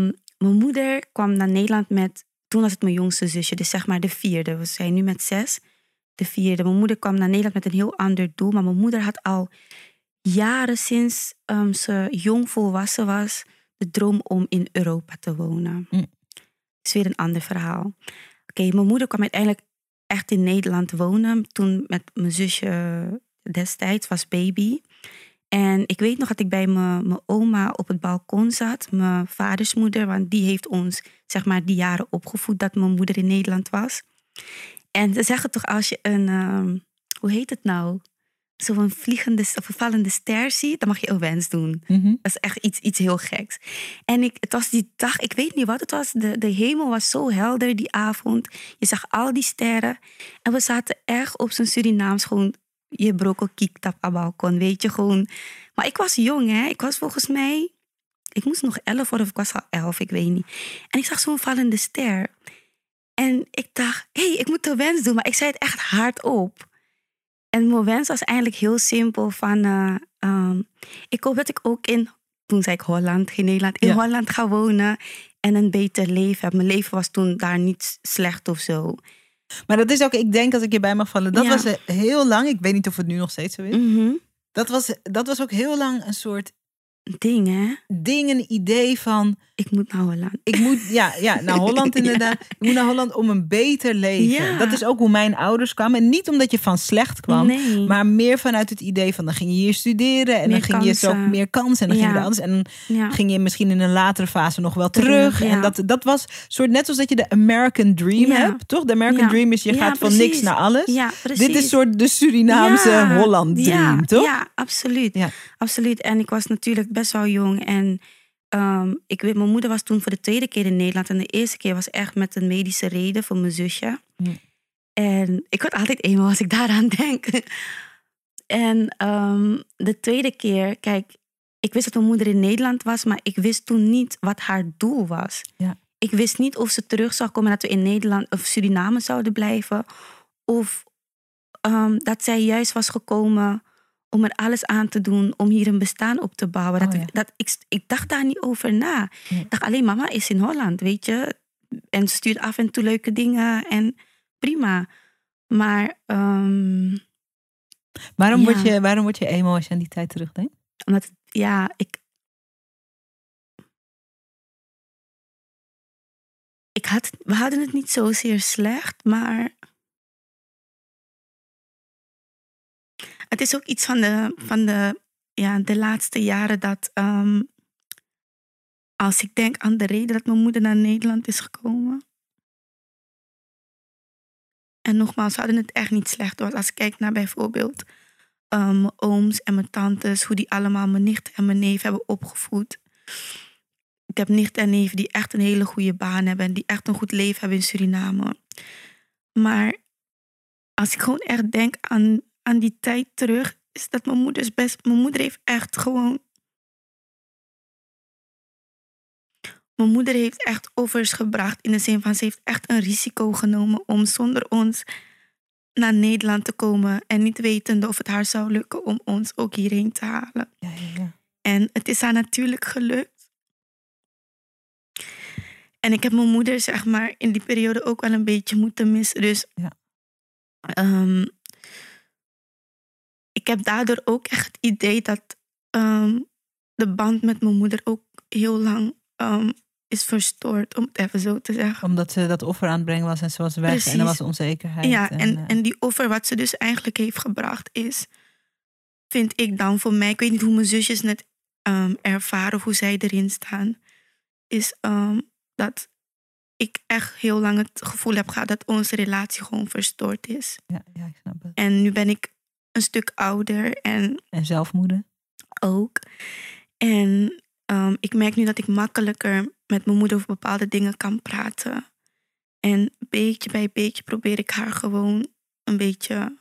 mijn moeder kwam naar Nederland met... Toen was het mijn jongste zusje, dus zeg maar de 4e. We zijn nu met 6, de 4e. Mijn moeder kwam naar Nederland met een heel ander doel. Maar mijn moeder had al jaren sinds ze jong volwassen was... de droom om in Europa te wonen. Dat is weer een ander verhaal. Oké, mijn moeder kwam uiteindelijk echt in Nederland wonen. Toen met mijn zusje destijds was baby. En ik weet nog dat ik bij mijn oma op het balkon zat. Mijn vaders moeder, want die heeft ons zeg maar die jaren opgevoed dat mijn moeder in Nederland was. En ze zeggen toch als je een, hoe heet het nou? Zo'n vliegende of een vallende ster ziet, dan mag je een wens doen. Mm-hmm. Dat is echt iets heel geks. En het was die dag, ik weet niet wat het was. De hemel was zo helder die avond. Je zag al die sterren. En we zaten echt op zo'n Surinaams gewoon... Je broko kiktap aan balkon, weet je, gewoon. Maar ik was jong, hè. Ik was volgens mij... Ik moest nog 11 worden of ik was al 11, ik weet niet. En ik zag zo'n vallende ster. En ik dacht, ik moet een wens doen. Maar ik zei het echt hardop. En mijn wens was eigenlijk heel simpel van... ik hoop dat ik ook toen zei ik Holland, geen Nederland... in Holland ga wonen en een beter leven heb. Mijn leven was toen daar niet slecht of zo. Maar dat is ook, ik denk als ik hierbij mag vallen... Dat was heel lang, ik weet niet of het nu nog steeds zo is... Mm-hmm. Dat was ook heel lang een soort... Ding, hè? Een idee van... Ik moet naar Holland. Ik moet naar Holland inderdaad. Ik moet naar Holland om een beter leven. Ja. Dat is ook hoe mijn ouders kwamen. En niet omdat je van slecht kwam. Nee. Maar meer vanuit het idee van dan ging je hier studeren. En Meer dan ging je zo meer kansen. En dan ging je anders. En dan ging je misschien in een latere fase nog wel terug. Ja. En dat was soort net zoals dat je de American Dream hebt. Toch? De American Dream is je gaat van niks naar alles. Ja, precies. Dit is soort de Surinaamse Holland Dream, toch? Ja, absoluut. Ja. Absoluut. En ik was natuurlijk best wel jong. En ik weet, mijn moeder was toen voor de 2e keer in Nederland. En de 1e keer was echt met een medische reden voor mijn zusje. En ik word altijd eenmaal als ik daaraan denk. En de 2e keer, kijk, ik wist dat mijn moeder in Nederland was. Maar ik wist toen niet wat haar doel was. Ja. Ik wist niet of ze terug zou komen, dat we in Nederland of Suriname zouden blijven. Of dat zij juist was gekomen... om er alles aan te doen om hier een bestaan op te bouwen. Ik dacht daar niet over na. Ik dacht alleen, mama is in Holland, weet je. En ze stuurt af en toe leuke dingen en prima. Maar... waarom word je emo als je aan die tijd terugdenkt? Omdat, we hadden het niet zozeer slecht, maar... Het is ook iets van de laatste jaren dat... als ik denk aan de reden dat mijn moeder naar Nederland is gekomen. En nogmaals, we hadden het echt niet slecht. Want als ik kijk naar bijvoorbeeld mijn ooms en mijn tantes... hoe die allemaal mijn nicht en mijn neef hebben opgevoed. Ik heb nichten en neven die echt een hele goede baan hebben... en die echt een goed leven hebben in Suriname. Maar als ik gewoon echt denk aan die tijd terug... is dat mijn moeder heeft echt gewoon... Mijn moeder heeft echt offers gebracht... in de zin van ze heeft echt een risico genomen... om zonder ons naar Nederland te komen... en niet wetende of het haar zou lukken om ons ook hierheen te halen. Ja. En het is haar natuurlijk gelukt. En ik heb mijn moeder zeg maar in die periode ook wel een beetje moeten missen. Dus ik heb daardoor ook echt het idee dat de band met mijn moeder ook heel lang is verstoord, om het even zo te zeggen. Omdat ze dat offer aan het brengen was en ze was weg. Precies. En er was onzekerheid. Ja, en die offer wat ze dus eigenlijk heeft gebracht is, vind ik dan voor mij, ik weet niet hoe mijn zusjes het ervaren of hoe zij erin staan, is dat ik echt heel lang het gevoel heb gehad dat onze relatie gewoon verstoord is. Ja, ik snap het. En nu ben ik een stuk ouder. En zelfmoeder? Ook. En ik merk nu dat ik makkelijker met mijn moeder over bepaalde dingen kan praten. En beetje bij beetje probeer ik haar gewoon een beetje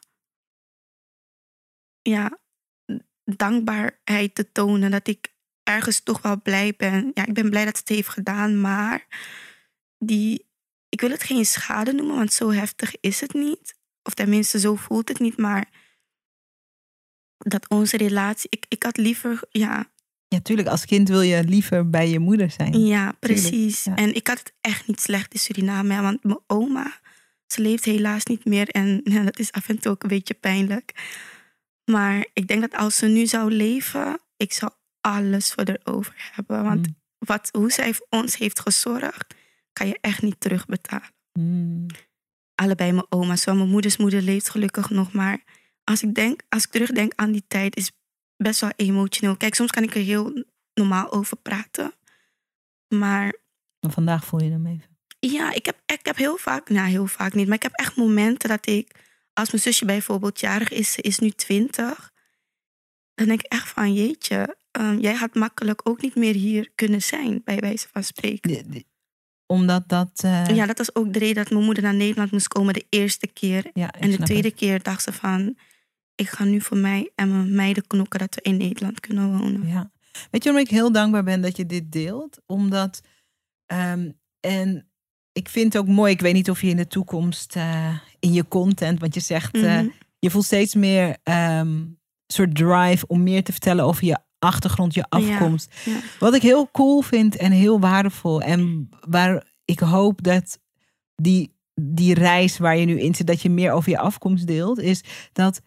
dankbaarheid te tonen. Dat ik ergens toch wel blij ben. Ja, ik ben blij dat ze het heeft gedaan, maar ik wil het geen schade noemen, want zo heftig is het niet. Of tenminste, zo voelt het niet, maar dat onze relatie... Ik had liever Ja, tuurlijk. Als kind wil je liever bij je moeder zijn. Ja, precies. Ja. En ik had het echt niet slecht in Suriname. Hè, want mijn oma, ze leeft helaas niet meer. En ja, dat is af en toe ook een beetje pijnlijk. Maar ik denk dat als ze nu zou leven, ik zou alles voor haar over hebben. Want hoe zij voor ons heeft gezorgd, kan je echt niet terugbetalen. Allebei mijn oma's. Mijn moeders moeder leeft gelukkig nog. Maar als ik terugdenk aan die tijd, is best wel emotioneel. Kijk, soms kan ik er heel normaal over praten. Maar vandaag voel je hem even. Ja, ik heb heel vaak, heel vaak niet, maar ik heb echt momenten dat ik, als mijn zusje bijvoorbeeld jarig is, ze is nu 20, dan denk ik echt van, jeetje, jij had makkelijk ook niet meer hier kunnen zijn, bij wijze van spreken. Omdat dat... Ja, dat was ook de reden dat mijn moeder naar Nederland moest komen de eerste keer. Ja, en de tweede keer dacht ze van, ik ga nu voor mij en mijn meiden knokken dat we in Nederland kunnen wonen. Ja. Weet je waarom ik heel dankbaar ben dat je dit deelt? Omdat, en ik vind het ook mooi, ik weet niet of je in de toekomst in je content, want je zegt, je voelt steeds meer soort drive om meer te vertellen over je achtergrond, je afkomst. Ja. Wat ik heel cool vind en heel waardevol en waar ik hoop dat die reis waar je nu in zit, dat je meer over je afkomst deelt, is dat,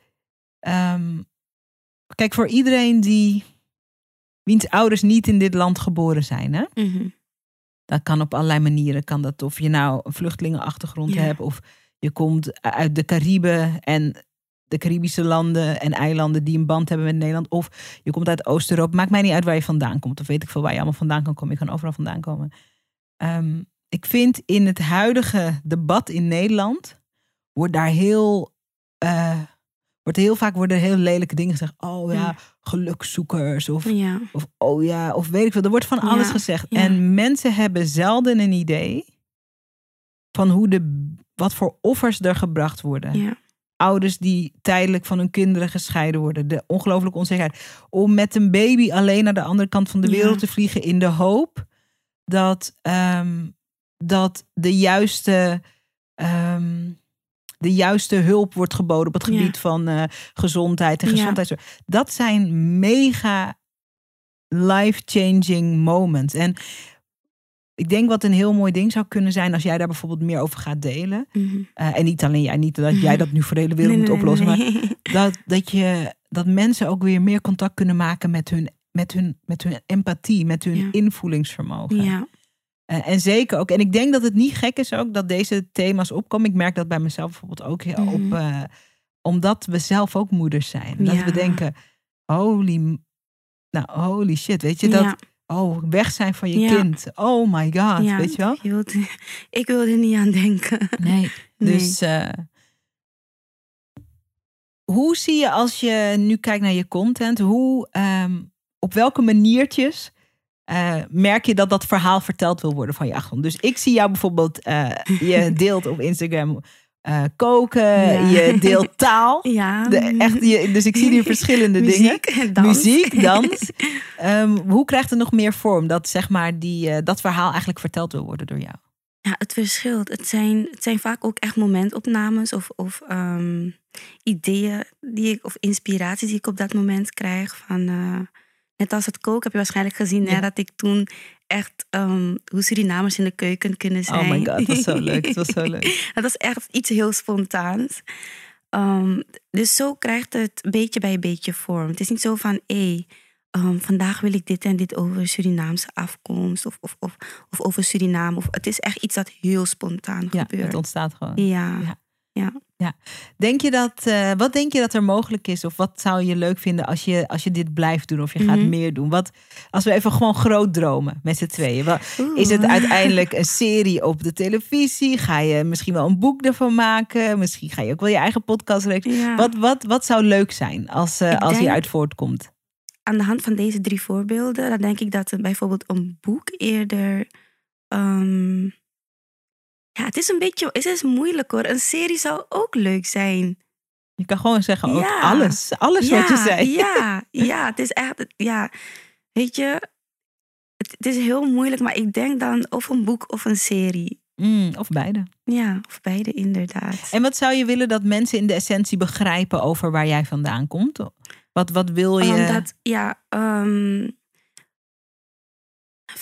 kijk, voor iedereen wiens ouders niet in dit land geboren zijn, hè? Dat kan op allerlei manieren. Kan dat of je nou een vluchtelingenachtergrond hebt, of je komt uit de Cariben en de Caribische landen en eilanden die een band hebben met Nederland, of je komt uit Oost-Europa. Maakt mij niet uit waar je vandaan komt, of weet ik veel waar je allemaal vandaan kan komen. Je kan overal vandaan komen. Ik vind in het huidige debat in Nederland wordt heel vaak heel lelijke dingen gezegd. Oh ja, gelukzoekers. Of oh ja, of weet ik veel. Er wordt van alles gezegd. Ja. En mensen hebben zelden een idee van wat voor offers er gebracht worden. Ja. Ouders die tijdelijk van hun kinderen gescheiden worden. De ongelooflijke onzekerheid. Om met een baby alleen naar de andere kant van de wereld te vliegen in de hoop dat de juiste hulp wordt geboden op het gebied van gezondheid en gezondheidszorg. Dat zijn mega life-changing moments. En ik denk wat een heel mooi ding zou kunnen zijn als jij daar bijvoorbeeld meer over gaat delen. En niet alleen jij, niet dat jij dat nu voor de hele wereld moet oplossen. Maar dat mensen ook weer meer contact kunnen maken met hun empathie, met hun invoelingsvermogen. Ja. En zeker ook, en ik denk dat het niet gek is ook dat deze thema's opkomen. Ik merk dat bij mezelf bijvoorbeeld ook heel omdat we zelf ook moeders zijn. Dat we denken, holy shit, weet je dat? Weg zijn van je kind. Oh my god, weet je wel? Ik wilde er niet aan denken. Nee. Dus hoe zie je als je nu kijkt naar je content, op welke maniertjes merk je dat verhaal verteld wil worden van je achtergrond? Dus ik zie jou bijvoorbeeld, je deelt op Instagram koken, je deelt taal. Ja. Dus ik zie hier verschillende dingen. Muziek, dans. Hoe krijgt het nog meer vorm dat, zeg maar, dat verhaal eigenlijk verteld wil worden door jou? Ja, het verschilt. Het zijn vaak ook echt momentopnames of ideeën of inspiraties die ik op dat moment krijg van... Net als het koken heb je waarschijnlijk gezien dat ik toen echt hoe Surinamers in de keuken kunnen zijn. Oh my god, dat was zo leuk. Het was zo leuk. Dat was echt iets heel spontaans. Dus zo krijgt het beetje bij beetje vorm. Het is niet zo van, vandaag wil ik dit en dit over Surinaamse afkomst of over Suriname. Het is echt iets dat heel spontaan gebeurt. Het ontstaat gewoon. Ja. Wat denk je dat er mogelijk is? Of wat zou je leuk vinden als je dit blijft doen? Of je gaat meer doen? Als we even gewoon groot dromen met z'n tweeën. Is het uiteindelijk een serie op de televisie? Ga je misschien wel een boek ervan maken? Misschien ga je ook wel je eigen podcast. Ja. Wat zou leuk zijn als hieruit voortkomt? Aan de hand van deze 3 voorbeelden, dan denk ik dat bijvoorbeeld een boek eerder... het is moeilijk hoor. Een serie zou ook leuk zijn. Je kan gewoon zeggen, ook alles wat je zei. Ja, het is echt, weet je, het is heel moeilijk, maar ik denk dan of een boek of een serie. Of beide. Ja, of beide inderdaad. En wat zou je willen dat mensen in de essentie begrijpen over waar jij vandaan komt? Wat wil je?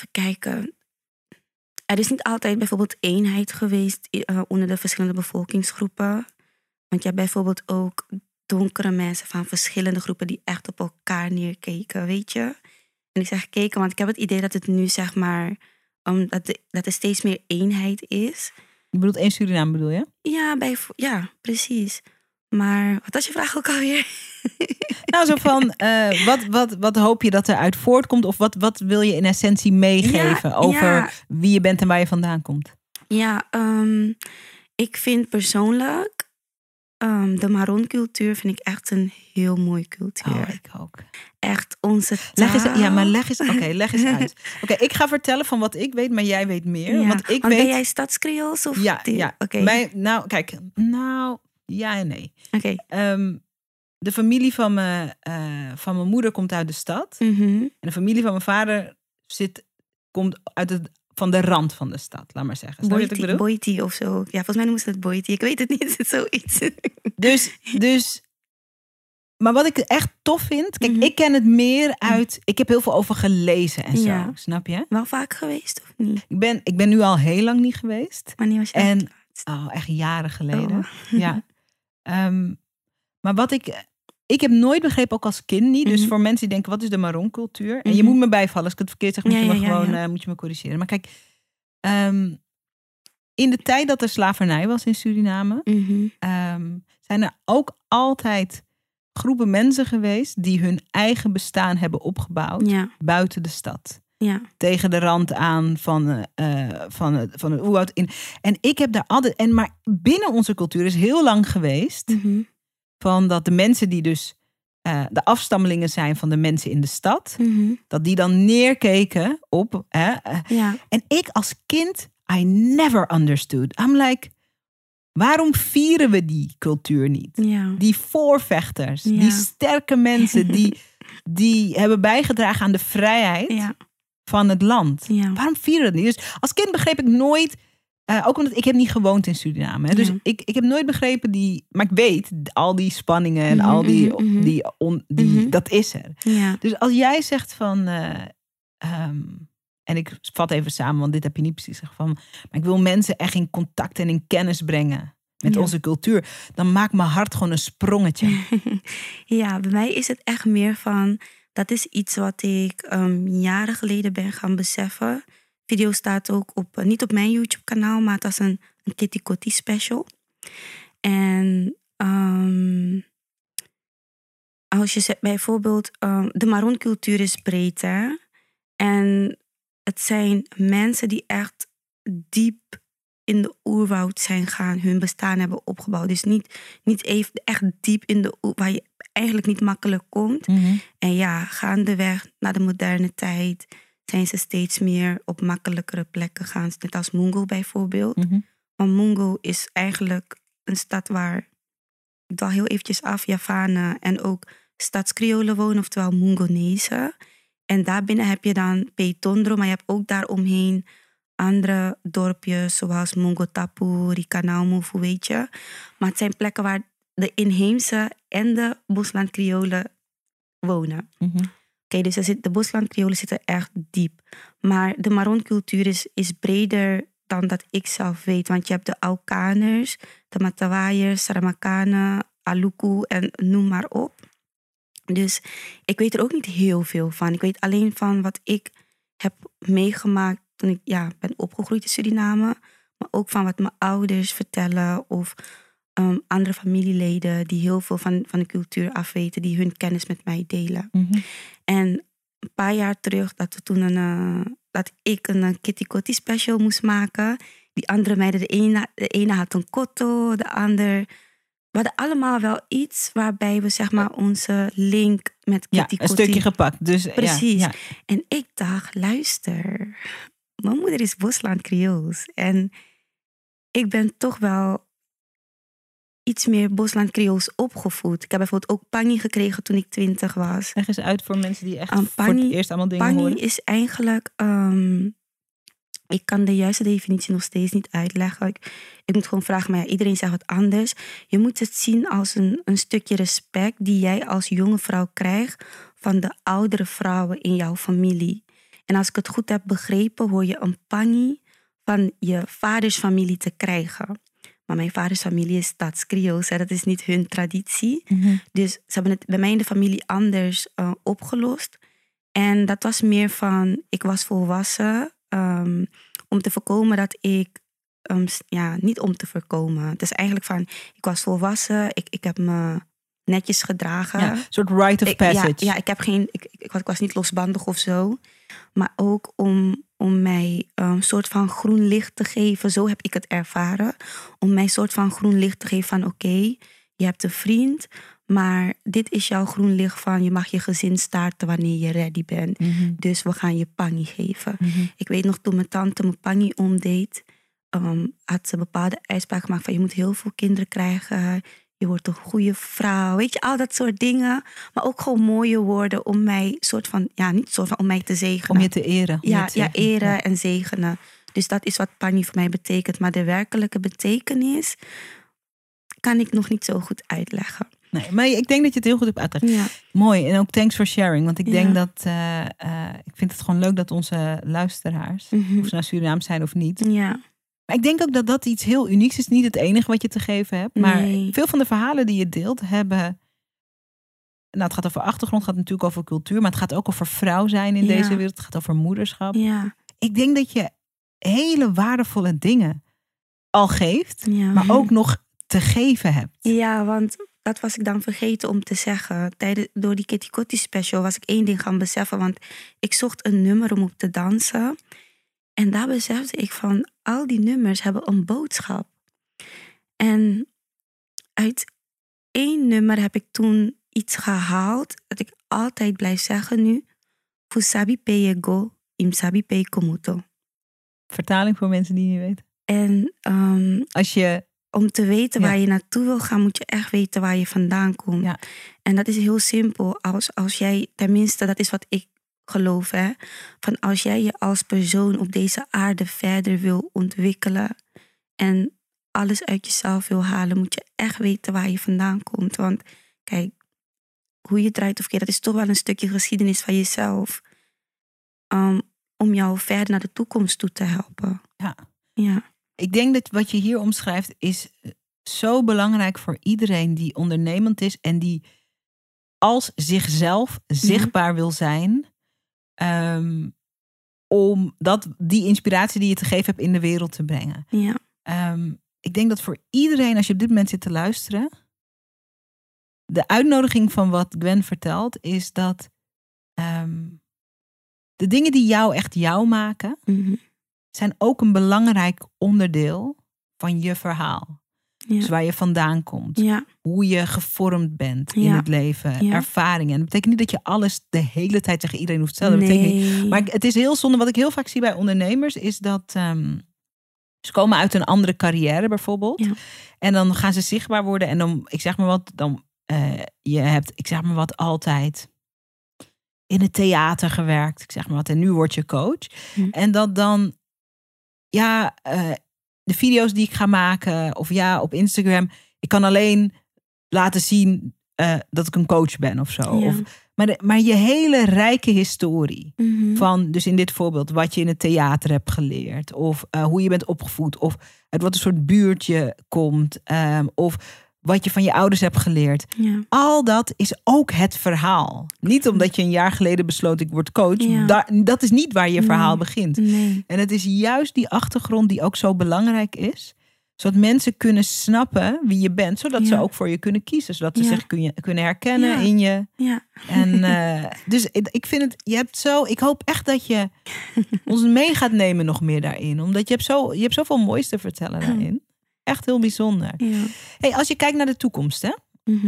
Even kijken. Er is niet altijd bijvoorbeeld eenheid geweest onder de verschillende bevolkingsgroepen. Want je hebt bijvoorbeeld ook donkere mensen van verschillende groepen die echt op elkaar neerkeken, weet je. En ik zeg keken, want ik heb het idee dat het nu zeg maar, dat er steeds meer eenheid is. Je bedoelt één Suriname, bedoel je? Ja, precies. Maar wat was je vraag ook alweer? Nou, zo van, wat hoop je dat eruit voortkomt? Of wat wil je in essentie meegeven over wie je bent en waar je vandaan komt? Ja, ik vind persoonlijk de Maron-cultuur vind ik echt een heel mooie cultuur. Oh, ik ook. Echt onze taal. Leg eens uit. Oké, ik ga vertellen van wat ik weet, maar jij weet meer. Ja, want weet... ben jij Stadscreools? Of ja. Okay. Ja en nee. Oké. De familie van mijn moeder komt uit de stad. Mm-hmm. En de familie van mijn vader komt van de rand van de stad, laat maar zeggen. Boiti of zo. Ja, volgens mij noemen ze het Boiti. Ik weet het niet, het is zoiets. Dus, maar wat ik echt tof vind... Kijk, ik ken het meer uit... Ik heb heel veel over gelezen en zo, snap je? Wel vaak geweest of niet? Ik ben nu al heel lang niet geweest. Wanneer was je echt jaren geleden. Oh. Ja. Maar wat ik heb nooit begrepen, ook als kind niet. Dus voor mensen die denken, wat is de Maron-cultuur? En je moet me bijvallen. Als ik het verkeerd zeg, moet je me corrigeren. Maar kijk, in de tijd dat er slavernij was in Suriname... zijn er ook altijd groepen mensen geweest... die hun eigen bestaan hebben opgebouwd buiten de stad. Ja. Tegen de rand aan van het oerwoud in. En ik heb daar altijd... Maar binnen onze cultuur is heel lang geweest... van dat de mensen die dus de afstammelingen zijn van de mensen in de stad... dat die dan neerkeken op... En ik als kind, I never understood. I'm like, waarom vieren we die cultuur niet? Ja. Die voorvechters, die sterke mensen... die hebben bijgedragen aan de vrijheid van het land. Ja. Waarom vieren we dat niet? Dus als kind begreep ik nooit... ook omdat ik heb niet gewoond in Suriname. Hè? Dus ik heb nooit begrepen maar ik weet, al die spanningen en al die dat is er. Ja. Dus als jij zegt van... en ik vat even samen, want dit heb je niet precies gezegd van... maar ik wil mensen echt in contact en in kennis brengen met onze cultuur. Dan maakt mijn hart gewoon een sprongetje. Ja, bij mij is het echt meer van... dat is iets wat ik jaren geleden ben gaan beseffen... video staat ook op, niet op mijn YouTube-kanaal... maar het was een Kitty Kotti special. En als je zegt bijvoorbeeld... de Maron-cultuur is breed, hè? En het zijn mensen die echt diep in de oerwoud zijn gaan... hun bestaan hebben opgebouwd. Dus niet even echt diep in de waar je eigenlijk niet makkelijk komt. En gaandeweg naar de moderne tijd... zijn ze steeds meer op makkelijkere plekken gaan. Net als Mungo bijvoorbeeld. Want Mungo is eigenlijk een stad waar... ik dwaal heel eventjes af, Javanen en ook Stadscreolen wonen, oftewel Mungonezen. En daarbinnen heb je dan Peitondro, maar je hebt ook daaromheen andere dorpjes, zoals Mungotapu, Ricanaumofu, weet je. Maar het zijn plekken waar de inheemse en de Bosland-Creolen wonen. Oké, dus de Bosland-Creolen zitten echt diep. Maar de Maron-cultuur is breder dan dat ik zelf weet. Want je hebt de Aukaners, de Matawaiers, Saramakanen, Aluku en noem maar op. Dus ik weet er ook niet heel veel van. Ik weet alleen van wat ik heb meegemaakt toen ik ben opgegroeid in Suriname. Maar ook van wat mijn ouders vertellen of andere familieleden die heel veel van de cultuur afweten, die hun kennis met mij delen. En een paar jaar terug dat ik een Kitty Kotti special moest maken. Die andere meiden, de ene had een kotto, de ander... We hadden allemaal wel iets waarbij we zeg maar onze link met Kitty Kotti... een stukje gepakt. Dus, precies. Ja. En ik dacht, luister, mijn moeder is Bosland-Creools. En ik ben toch wel iets meer Bosland-Creools opgevoed. Ik heb bijvoorbeeld ook Pangi gekregen toen ik 20 was. Leg eens uit voor mensen die echt voor het eerst allemaal dingen horen. Pangi is eigenlijk... ik kan de juiste definitie nog steeds niet uitleggen. Ik moet gewoon vragen, maar iedereen zegt wat anders. Je moet het zien als een stukje respect die jij als jonge vrouw krijgt van de oudere vrouwen in jouw familie. En En als ik het goed heb begrepen, hoor je een pangi van je vaders familie te krijgen. Maar mijn vaders familie is Staats-Krioos, dat is niet hun traditie. Dus ze hebben het bij mij in de familie anders opgelost. En dat was meer van, ik was volwassen om te voorkomen dat ik... niet om te voorkomen. Het is eigenlijk van, ik was volwassen, ik heb me netjes gedragen. Ja, een soort rite of passage. Ik was niet losbandig of zo. Maar ook om mij een soort van groen licht te geven. Zo heb ik het ervaren. Om mij een soort van groen licht te geven van oké, je hebt een vriend, maar dit is jouw groen licht van je mag je gezin starten wanneer je ready bent. Dus we gaan je pangi geven. Ik weet nog toen mijn tante mijn pangi omdeed, had ze bepaalde uitspraken gemaakt van je moet heel veel kinderen krijgen, je wordt een goede vrouw, weet je, al dat soort dingen. Maar ook gewoon mooie woorden om mij om mij te zegenen. Om je te eren. Eren en zegenen. Dus dat is wat pangi voor mij betekent. Maar de werkelijke betekenis kan ik nog niet zo goed uitleggen. Nee, maar ik denk dat je het heel goed hebt uitgelegd. Ja. Mooi, en ook thanks for sharing. Want ik denk dat, ik vind het gewoon leuk dat onze luisteraars, of ze nou Surinaams zijn of niet. Ja. Maar ik denk ook dat iets heel unieks is. Niet het enige wat je te geven hebt. Maar veel van de verhalen die je deelt hebben... Nou, het gaat over achtergrond, het gaat natuurlijk over cultuur. Maar het gaat ook over vrouw zijn in deze wereld. Het gaat over moederschap. Ja. Ik denk dat je hele waardevolle dingen al geeft. Ja. Maar ook nog te geven hebt. Ja, want dat was ik dan vergeten om te zeggen. Door die Kitty Kotti special was ik één ding gaan beseffen. Want ik zocht een nummer om op te dansen. En daar besefte ik van, al die nummers hebben een boodschap. En uit 1 nummer heb ik toen iets gehaald dat ik altijd blijf zeggen nu. Fusabi peyego, imsabi pey komuto. Vertaling voor mensen die niet weten. En om te weten waar je naartoe wil gaan, moet je echt weten waar je vandaan komt. Ja. En dat is heel simpel. Als jij, tenminste, dat is wat ik geloof, hè. Van als jij je als persoon op deze aarde verder wil ontwikkelen en alles uit jezelf wil halen, moet je echt weten waar je vandaan komt. Want kijk, hoe je draait of keert, dat is toch wel een stukje geschiedenis van jezelf. Om jou verder naar de toekomst toe te helpen. Ja. Ik denk dat wat je hier omschrijft is zo belangrijk voor iedereen die ondernemend is en die als zichzelf zichtbaar wil zijn. Om die inspiratie die je te geven hebt in de wereld te brengen. Ja. Ik denk dat voor iedereen, als je op dit moment zit te luisteren, de uitnodiging van wat Gwen vertelt is dat de dingen die jou echt jou maken, zijn ook een belangrijk onderdeel van je verhaal. Ja. Dus waar je vandaan komt. Ja. Hoe je gevormd bent in het leven. Ja. Ervaringen. En dat betekent niet dat je alles de hele tijd tegen iedereen hoeft te stellen. Nee. Maar het is heel zonde. Wat ik heel vaak zie bij ondernemers is dat ze komen uit een andere carrière bijvoorbeeld. Ja. En dan gaan ze zichtbaar worden. En dan, ik zeg maar wat, je hebt, ik zeg maar wat, altijd in het theater gewerkt. Ik zeg maar wat. En nu word je coach. En dat dan, de video's die ik ga maken of op Instagram, ik kan alleen laten zien dat ik een coach ben of zo. Ja. Maar je hele rijke historie van, dus in dit voorbeeld, wat je in het theater hebt geleerd, of hoe je bent opgevoed, of uit wat een soort buurtje komt, of wat je van je ouders hebt geleerd. Ja. Al dat is ook het verhaal. Niet omdat je een jaar geleden besloot ik word coach. Ja. Dat is niet waar je verhaal begint. Nee. En het is juist die achtergrond die ook zo belangrijk is. Zodat mensen kunnen snappen wie je bent. Zodat ze ook voor je kunnen kiezen. Zodat ze zich kunnen herkennen in je. Ja. En dus ik vind het, ik hoop echt dat je ons mee gaat nemen nog meer daarin. Omdat je hebt zoveel moois te vertellen daarin. Echt heel bijzonder. Ja. Hey, als je kijkt naar de toekomst, hè?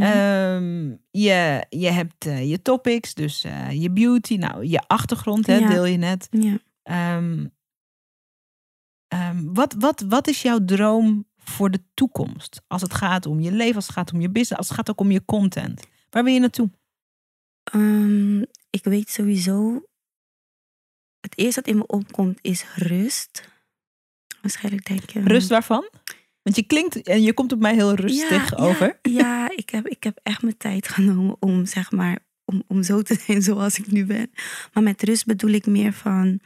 Je hebt je topics, dus je beauty, nou, je achtergrond, hè, deel je net. Ja. Wat is jouw droom voor de toekomst? Als het gaat om je leven, als het gaat om je business, als het gaat ook om je content. Waar ben je naartoe? Ik weet sowieso, het eerste wat in me opkomt is rust. Waarschijnlijk denk je. Rust waarvan? Want je klinkt en je komt op mij heel rustig over. Ja, ik heb echt mijn tijd genomen om, zeg maar, om zo te zijn zoals ik nu ben. Maar met rust bedoel ik meer van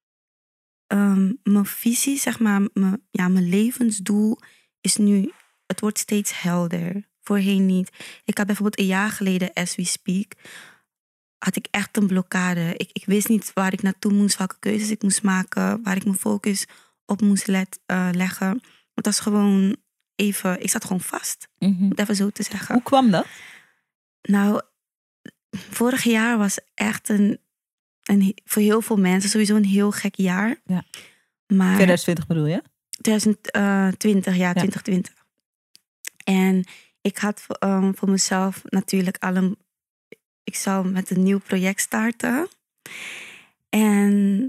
mijn visie, zeg maar, mijn levensdoel is nu, het wordt steeds helder. Voorheen niet. Ik had bijvoorbeeld een jaar geleden, as we speak, had ik echt een blokkade. Ik wist niet waar ik naartoe moest, welke keuzes ik moest maken, waar ik mijn focus op moest leggen. Het was gewoon even, ik zat gewoon vast. Om het even zo te zeggen. Hoe kwam dat? Nou, vorig jaar was echt voor heel veel mensen sowieso een heel gek jaar. Ja. Maar 2020 bedoel je? 2020, ja, 2020. En ik had voor mezelf natuurlijk ik zou met een nieuw project starten. En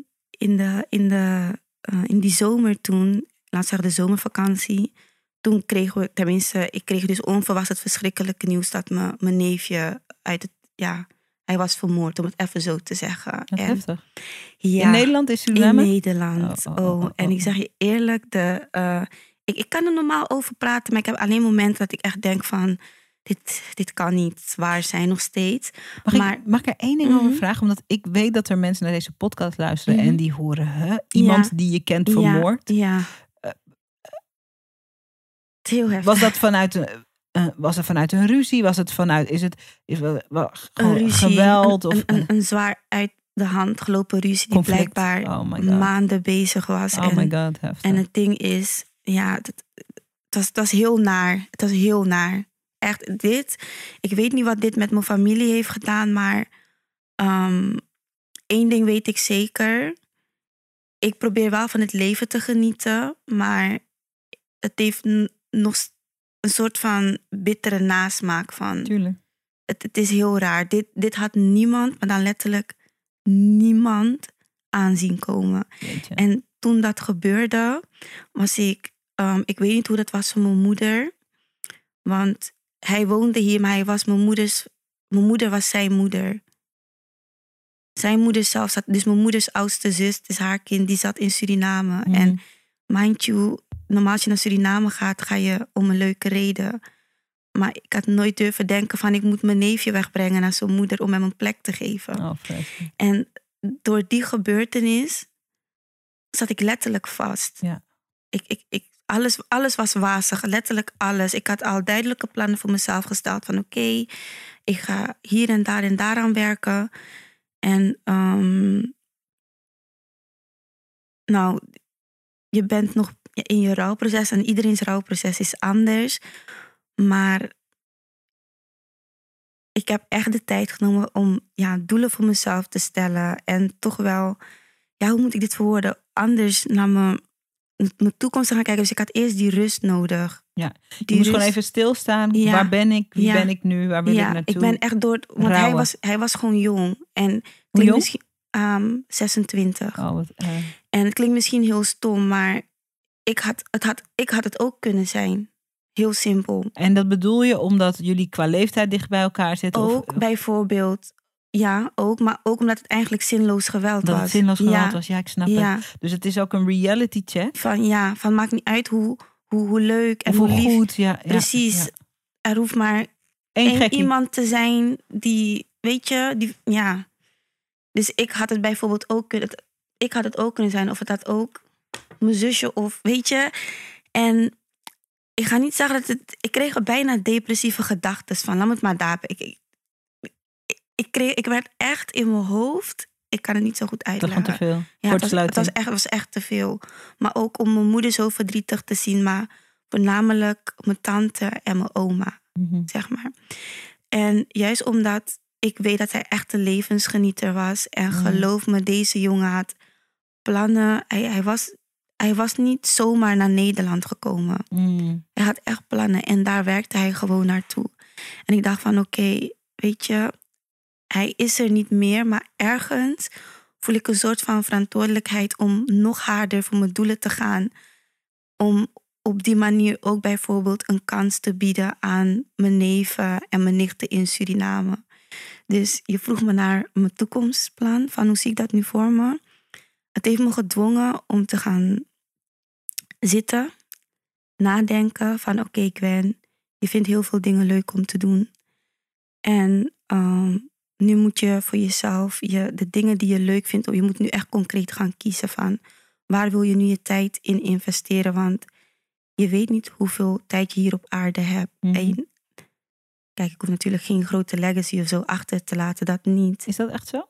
in die zomer toen, laat zeggen de zomervakantie, toen kregen we, tenminste, ik kreeg dus onverwacht het verschrikkelijke nieuws dat mijn neefje hij was vermoord, om het even zo te zeggen. Dat en, heftig. Ja, in Nederland is Suriname? In Nederland. En ik zeg je eerlijk, ik kan er normaal over praten, maar ik heb alleen momenten dat ik echt denk van, dit kan niet waar zijn nog steeds. Mag ik er één ding over vragen? Omdat ik weet dat er mensen naar deze podcast luisteren en die horen, iemand die je kent vermoord. Ja. Het is heel heftig. Was het vanuit een ruzie? Was het vanuit, gewoon ruzie, geweld? Een zwaar uit de hand gelopen ruzie die blijkbaar maanden bezig was. Oh my god, heftig. En het ding is, het was heel naar. Het was heel naar. Echt, ik weet niet wat dit met mijn familie heeft gedaan, maar één ding weet ik zeker. Ik probeer wel van het leven te genieten, maar het heeft nog een soort van bittere nasmaak van. Tuurlijk. Het is heel raar. Dit had niemand, maar dan letterlijk niemand aanzien komen. Jeetje. En toen dat gebeurde, was ik weet niet hoe dat was voor mijn moeder. Want hij woonde hier, maar hij was mijn moeder was zijn moeder. Zijn moeder zelf zat, dus mijn moeders oudste zus, dus haar kind, die zat in Suriname. En mind you, normaal als je naar Suriname gaat, ga je om een leuke reden. Maar ik had nooit durven denken van, ik moet mijn neefje wegbrengen naar zijn moeder om hem een plek te geven. Oh, vreselijk. En door die gebeurtenis zat ik letterlijk vast. Ja. Alles was wazig, letterlijk alles. Ik had al duidelijke plannen voor mezelf gesteld van oké, ik ga hier en daar aan werken. En je bent nog in je rouwproces en iedereen's rouwproces is anders. Maar ik heb echt de tijd genomen om doelen voor mezelf te stellen. En toch wel, hoe moet ik dit verwoorden? Anders naar mijn toekomst te gaan kijken. Dus ik had eerst die rust nodig. Ja, je moest gewoon even stilstaan. Ja. Waar ben ik? Wie ben ik nu? Waar wil ik naartoe? Ik ben echt want hij was gewoon jong. En klinkt misschien 26. Oh, en het klinkt misschien heel stom, maar ik had het ook kunnen zijn. Heel simpel. En dat bedoel je omdat jullie qua leeftijd dicht bij elkaar zitten? Ook bijvoorbeeld. Ja, ook. Maar ook omdat het eigenlijk zinloos geweld was. Dat het zinloos geweld was, ja, ik snap het. Dus het is ook een reality check? Van maakt niet uit hoe leuk en hoe lief. Goed, ja. Precies. Ja. Er hoeft maar één iemand te zijn die, weet je, Dus ik had het bijvoorbeeld ook kunnen zijn. Of het had ook mijn zusje of, weet je. En ik ga niet zeggen dat ik kreeg er bijna depressieve gedachten van. Laat me het maar daar. Ik werd echt in mijn hoofd. Ik kan het niet zo goed uitleggen. Dat was te veel. Ja, het was echt te veel. Maar ook om mijn moeder zo verdrietig te zien. Maar voornamelijk mijn tante en mijn oma. Zeg maar. En juist omdat ik weet dat hij echt een levensgenieter was. En geloof me, deze jongen had plannen. Hij was niet zomaar naar Nederland gekomen. Hij had echt plannen en daar werkte hij gewoon naartoe. En ik dacht van oké, weet je, hij is er niet meer, maar ergens voel ik een soort van verantwoordelijkheid om nog harder voor mijn doelen te gaan. Om op die manier ook bijvoorbeeld een kans te bieden aan mijn neven en mijn nichten in Suriname. Dus je vroeg me naar mijn toekomstplan, van hoe zie ik dat nu voor me. Het heeft me gedwongen om te gaan zitten, nadenken van oké, Gwen, je vindt heel veel dingen leuk om te doen. En nu moet je voor jezelf de dingen die je leuk vindt, je moet nu echt concreet gaan kiezen van waar wil je nu je tijd in investeren, want je weet niet hoeveel tijd je hier op aarde hebt. En kijk, ik hoef natuurlijk geen grote legacy of zo achter te laten, dat niet. Is dat echt zo?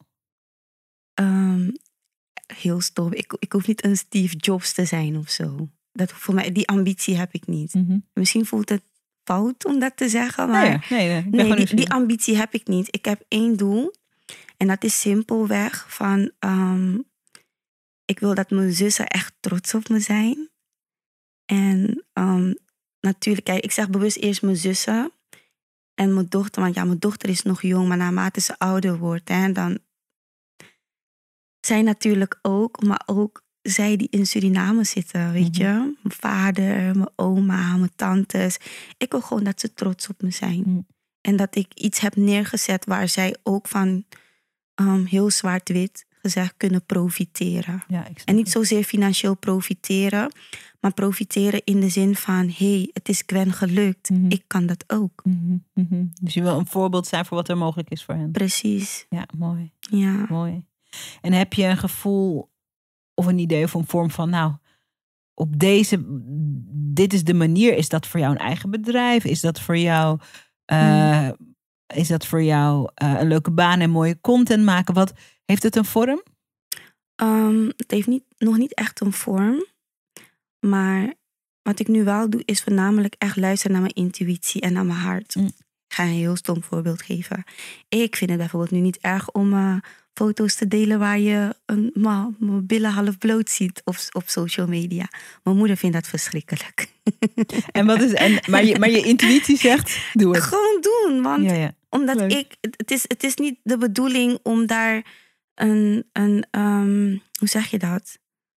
Heel stom. Ik hoef niet een Steve Jobs te zijn of zo. Dat voor mij, die ambitie heb ik niet. Misschien voelt het fout om dat te zeggen, maar nee, die ambitie heb ik niet. Ik heb 1 doel en dat is simpelweg van ik wil dat mijn zussen echt trots op me zijn. En natuurlijk, kijk, ik zeg bewust eerst mijn zussen en mijn dochter, want ja, mijn dochter is nog jong, maar naarmate ze ouder wordt, dan zij natuurlijk ook, maar ook zij die in Suriname zitten, weet je. Mijn vader, mijn oma, mijn tantes. Ik wil gewoon dat ze trots op me zijn. En dat ik iets heb neergezet waar zij ook van heel zwart-wit gezegd kunnen profiteren. Ja, en niet zozeer financieel profiteren, maar profiteren in de zin van, hey, het is Gwen gelukt. Ik kan dat ook. Dus je wil een voorbeeld zijn voor wat er mogelijk is voor hen. Precies. Ja, mooi. Ja. Mooi. En heb je een gevoel of een idee of een vorm van, nou, op dit is de manier. Is dat voor jou een eigen bedrijf? Is dat voor jou, een leuke baan en mooie content maken? Wat heeft het een vorm? Het heeft nog niet echt een vorm. Maar wat ik nu wel doe, is voornamelijk echt luisteren naar mijn intuïtie en naar mijn hart. Ik ga een heel stom voorbeeld geven. Ik vind het bijvoorbeeld nu niet erg om foto's te delen waar je mijn billen half bloot ziet op social media. Mijn moeder vindt dat verschrikkelijk. En wat is, maar je intuïtie zegt, doe het. Gewoon doen, want omdat leuk. Het is niet de bedoeling om daar hoe zeg je dat?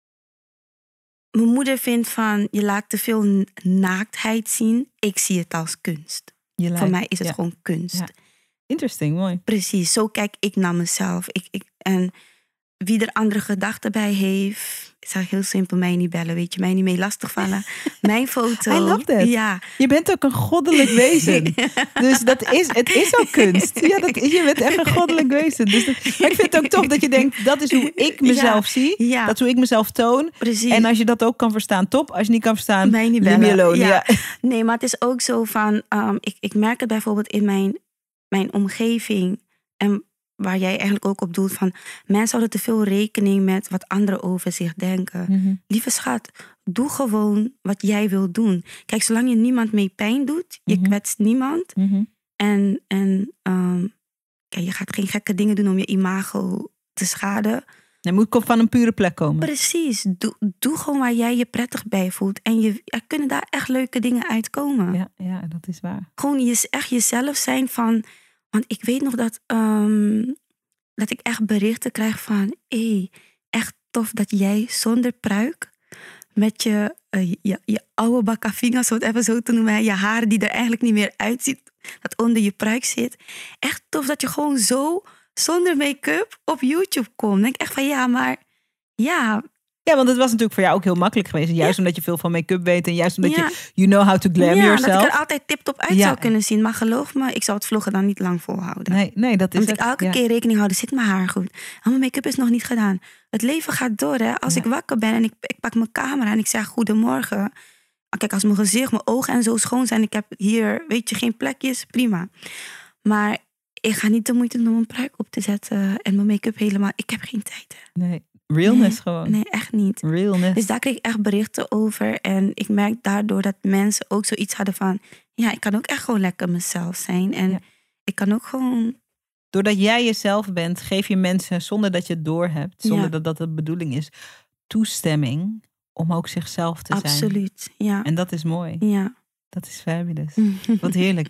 Mijn moeder vindt van, je laat te veel naaktheid zien. Ik zie het als kunst. Voor mij is het gewoon kunst. Ja. Interesting, mooi. Precies, zo kijk ik naar mezelf. En wie er andere gedachten bij heeft, ik zeg heel simpel, mij niet bellen, weet je, mij niet mee lastigvallen. Mijn foto. I love that. Ja. Je bent ook een goddelijk wezen. Dus het is ook kunst. Ja, je bent echt een goddelijk wezen. Dus maar ik vind het ook tof dat je denkt, dat is hoe ik mezelf zie. Ja. Dat is hoe ik mezelf toon. Precies. En als je dat ook kan verstaan, top. Als je niet kan verstaan, mij niet bellen. Ja. Nee, maar het is ook zo van, ik merk het bijvoorbeeld in mijn omgeving en waar jij eigenlijk ook op doelt van, mensen houden te veel rekening met wat anderen over zich denken. Lieve schat, doe gewoon wat jij wil doen. Kijk, zolang je niemand mee pijn doet, je kwetst niemand. En kijk, je gaat geen gekke dingen doen om je imago te schaden. Je moet van een pure plek komen. Precies, doe gewoon waar jij je prettig bij voelt. En er kunnen daar echt leuke dingen uitkomen. Ja, dat is waar. Gewoon echt jezelf zijn van, want ik weet nog dat ik echt berichten krijg van, echt tof dat jij zonder pruik met je oude bakavingas, om het even zo te noemen, je haren die er eigenlijk niet meer uitziet, dat onder je pruik zit. Echt tof dat je gewoon zo zonder make-up op YouTube komt. Dan denk ik echt van, ja, maar ja. Ja, want het was natuurlijk voor jou ook heel makkelijk geweest. Juist omdat je veel van make-up weet en juist omdat you know how to glam yourself. Dat ik er altijd tip-top uit zou kunnen zien. Maar geloof me, ik zou het vloggen dan niet lang volhouden. Nee, dat is moet ik elke keer rekening houden, zit mijn haar goed? Mijn make-up is nog niet gedaan. Het leven gaat door, hè. Als ik wakker ben en ik pak mijn camera en ik zeg goedemorgen. Kijk, als mijn gezicht, mijn ogen en zo schoon zijn, ik heb hier, weet je, geen plekjes, prima. Maar ik ga niet de moeite doen om een pruik op te zetten en mijn make-up helemaal. Ik heb geen tijd. Nee. Realness gewoon. Nee, echt niet. Realness. Dus daar kreeg ik echt berichten over. En ik merk daardoor dat mensen ook zoiets hadden van, ja, ik kan ook echt gewoon lekker mezelf zijn. En ik kan ook gewoon. Doordat jij jezelf bent, geef je mensen, zonder dat je het doorhebt, zonder dat dat de bedoeling is, toestemming om ook zichzelf te zijn. Absoluut, ja. En dat is mooi. Ja. Dat is fabulous. Wat heerlijk.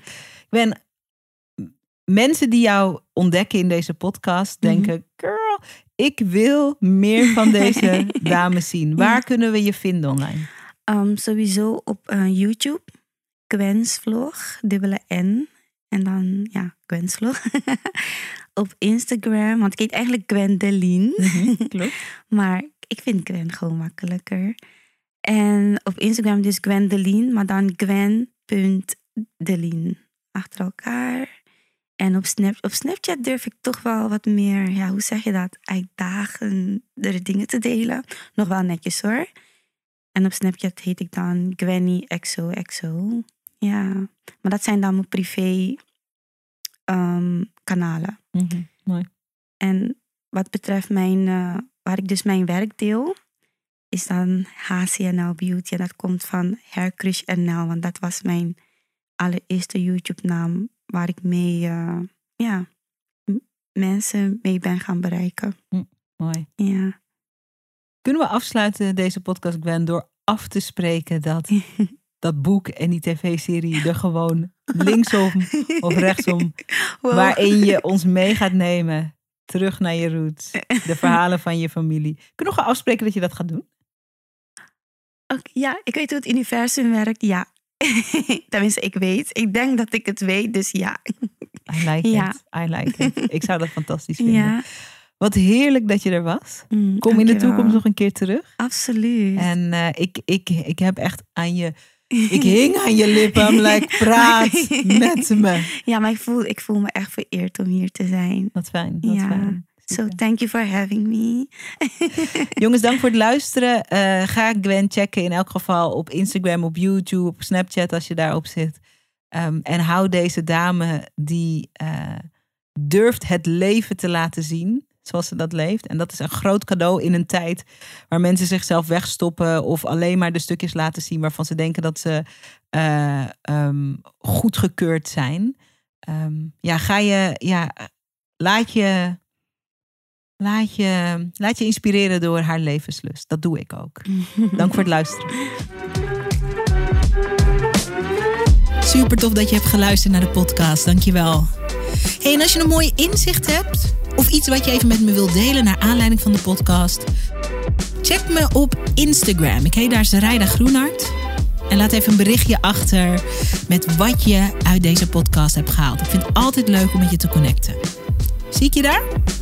Mensen die jou ontdekken in deze podcast denken, girl, ik wil meer van deze dames zien. Waar kunnen we je vinden online? Sowieso op YouTube. Gwen's Vlog, N. En dan, Gwen's Vlog. Op Instagram, want ik heet eigenlijk Gwendoline. Klopt. Maar ik vind Gwen gewoon makkelijker. En op Instagram dus Gwendoline, maar dan Gwen.Deline. Achter elkaar. En op Snapchat durf ik toch wel wat meer, ja, hoe zeg je dat? Uitdagendere dingen te delen. Nog wel netjes hoor. En op Snapchat heet ik dan Gwenny XOXO. Ja, maar dat zijn dan mijn privé kanalen. Mooi. En wat betreft waar ik dus mijn werk deel, is dan HCNL Beauty. En dat komt van Hair Crush NL, want dat was mijn allereerste YouTube-naam waar ik mee mensen mee ben gaan bereiken. Mooi. Ja. Kunnen we afsluiten deze podcast, Gwen, door af te spreken dat boek en die tv-serie er gewoon linksom of rechtsom, waarin je ons mee gaat nemen terug naar je roots, de verhalen van je familie. Kunnen we afspreken dat je dat gaat doen? Ja, ik weet hoe het universum werkt, ja. Tenminste, ik weet. Ik denk dat ik het weet, dus ja. I like it. Ik zou dat fantastisch vinden. Ja. Wat heerlijk dat je er was. Kom in de toekomst nog een keer terug. Absoluut. En ik heb echt aan je... Ik hing aan je lippen. I'm like, praat met me. Ja, maar ik voel me echt vereerd om hier te zijn. Wat fijn. Fijn. So thank you for having me. Jongens, dank voor het luisteren. Ga Gwen checken in elk geval op Instagram, op YouTube, op Snapchat als je daarop zit. En hou deze dame die durft het leven te laten zien zoals ze dat leeft. En dat is een groot cadeau in een tijd waar mensen zichzelf wegstoppen of alleen maar de stukjes laten zien waarvan ze denken dat ze goedgekeurd zijn. Laat je inspireren door haar levenslust. Dat doe ik ook. Dank voor het luisteren. Super tof dat je hebt geluisterd naar de podcast. Dankjewel. Hey, en als je een mooi inzicht hebt of iets wat je even met me wilt delen naar aanleiding van de podcast, check me op Instagram. Ik heet daar Zarijda Groenhart. En laat even een berichtje achter met wat je uit deze podcast hebt gehaald. Ik vind het altijd leuk om met je te connecten. Zie ik je daar?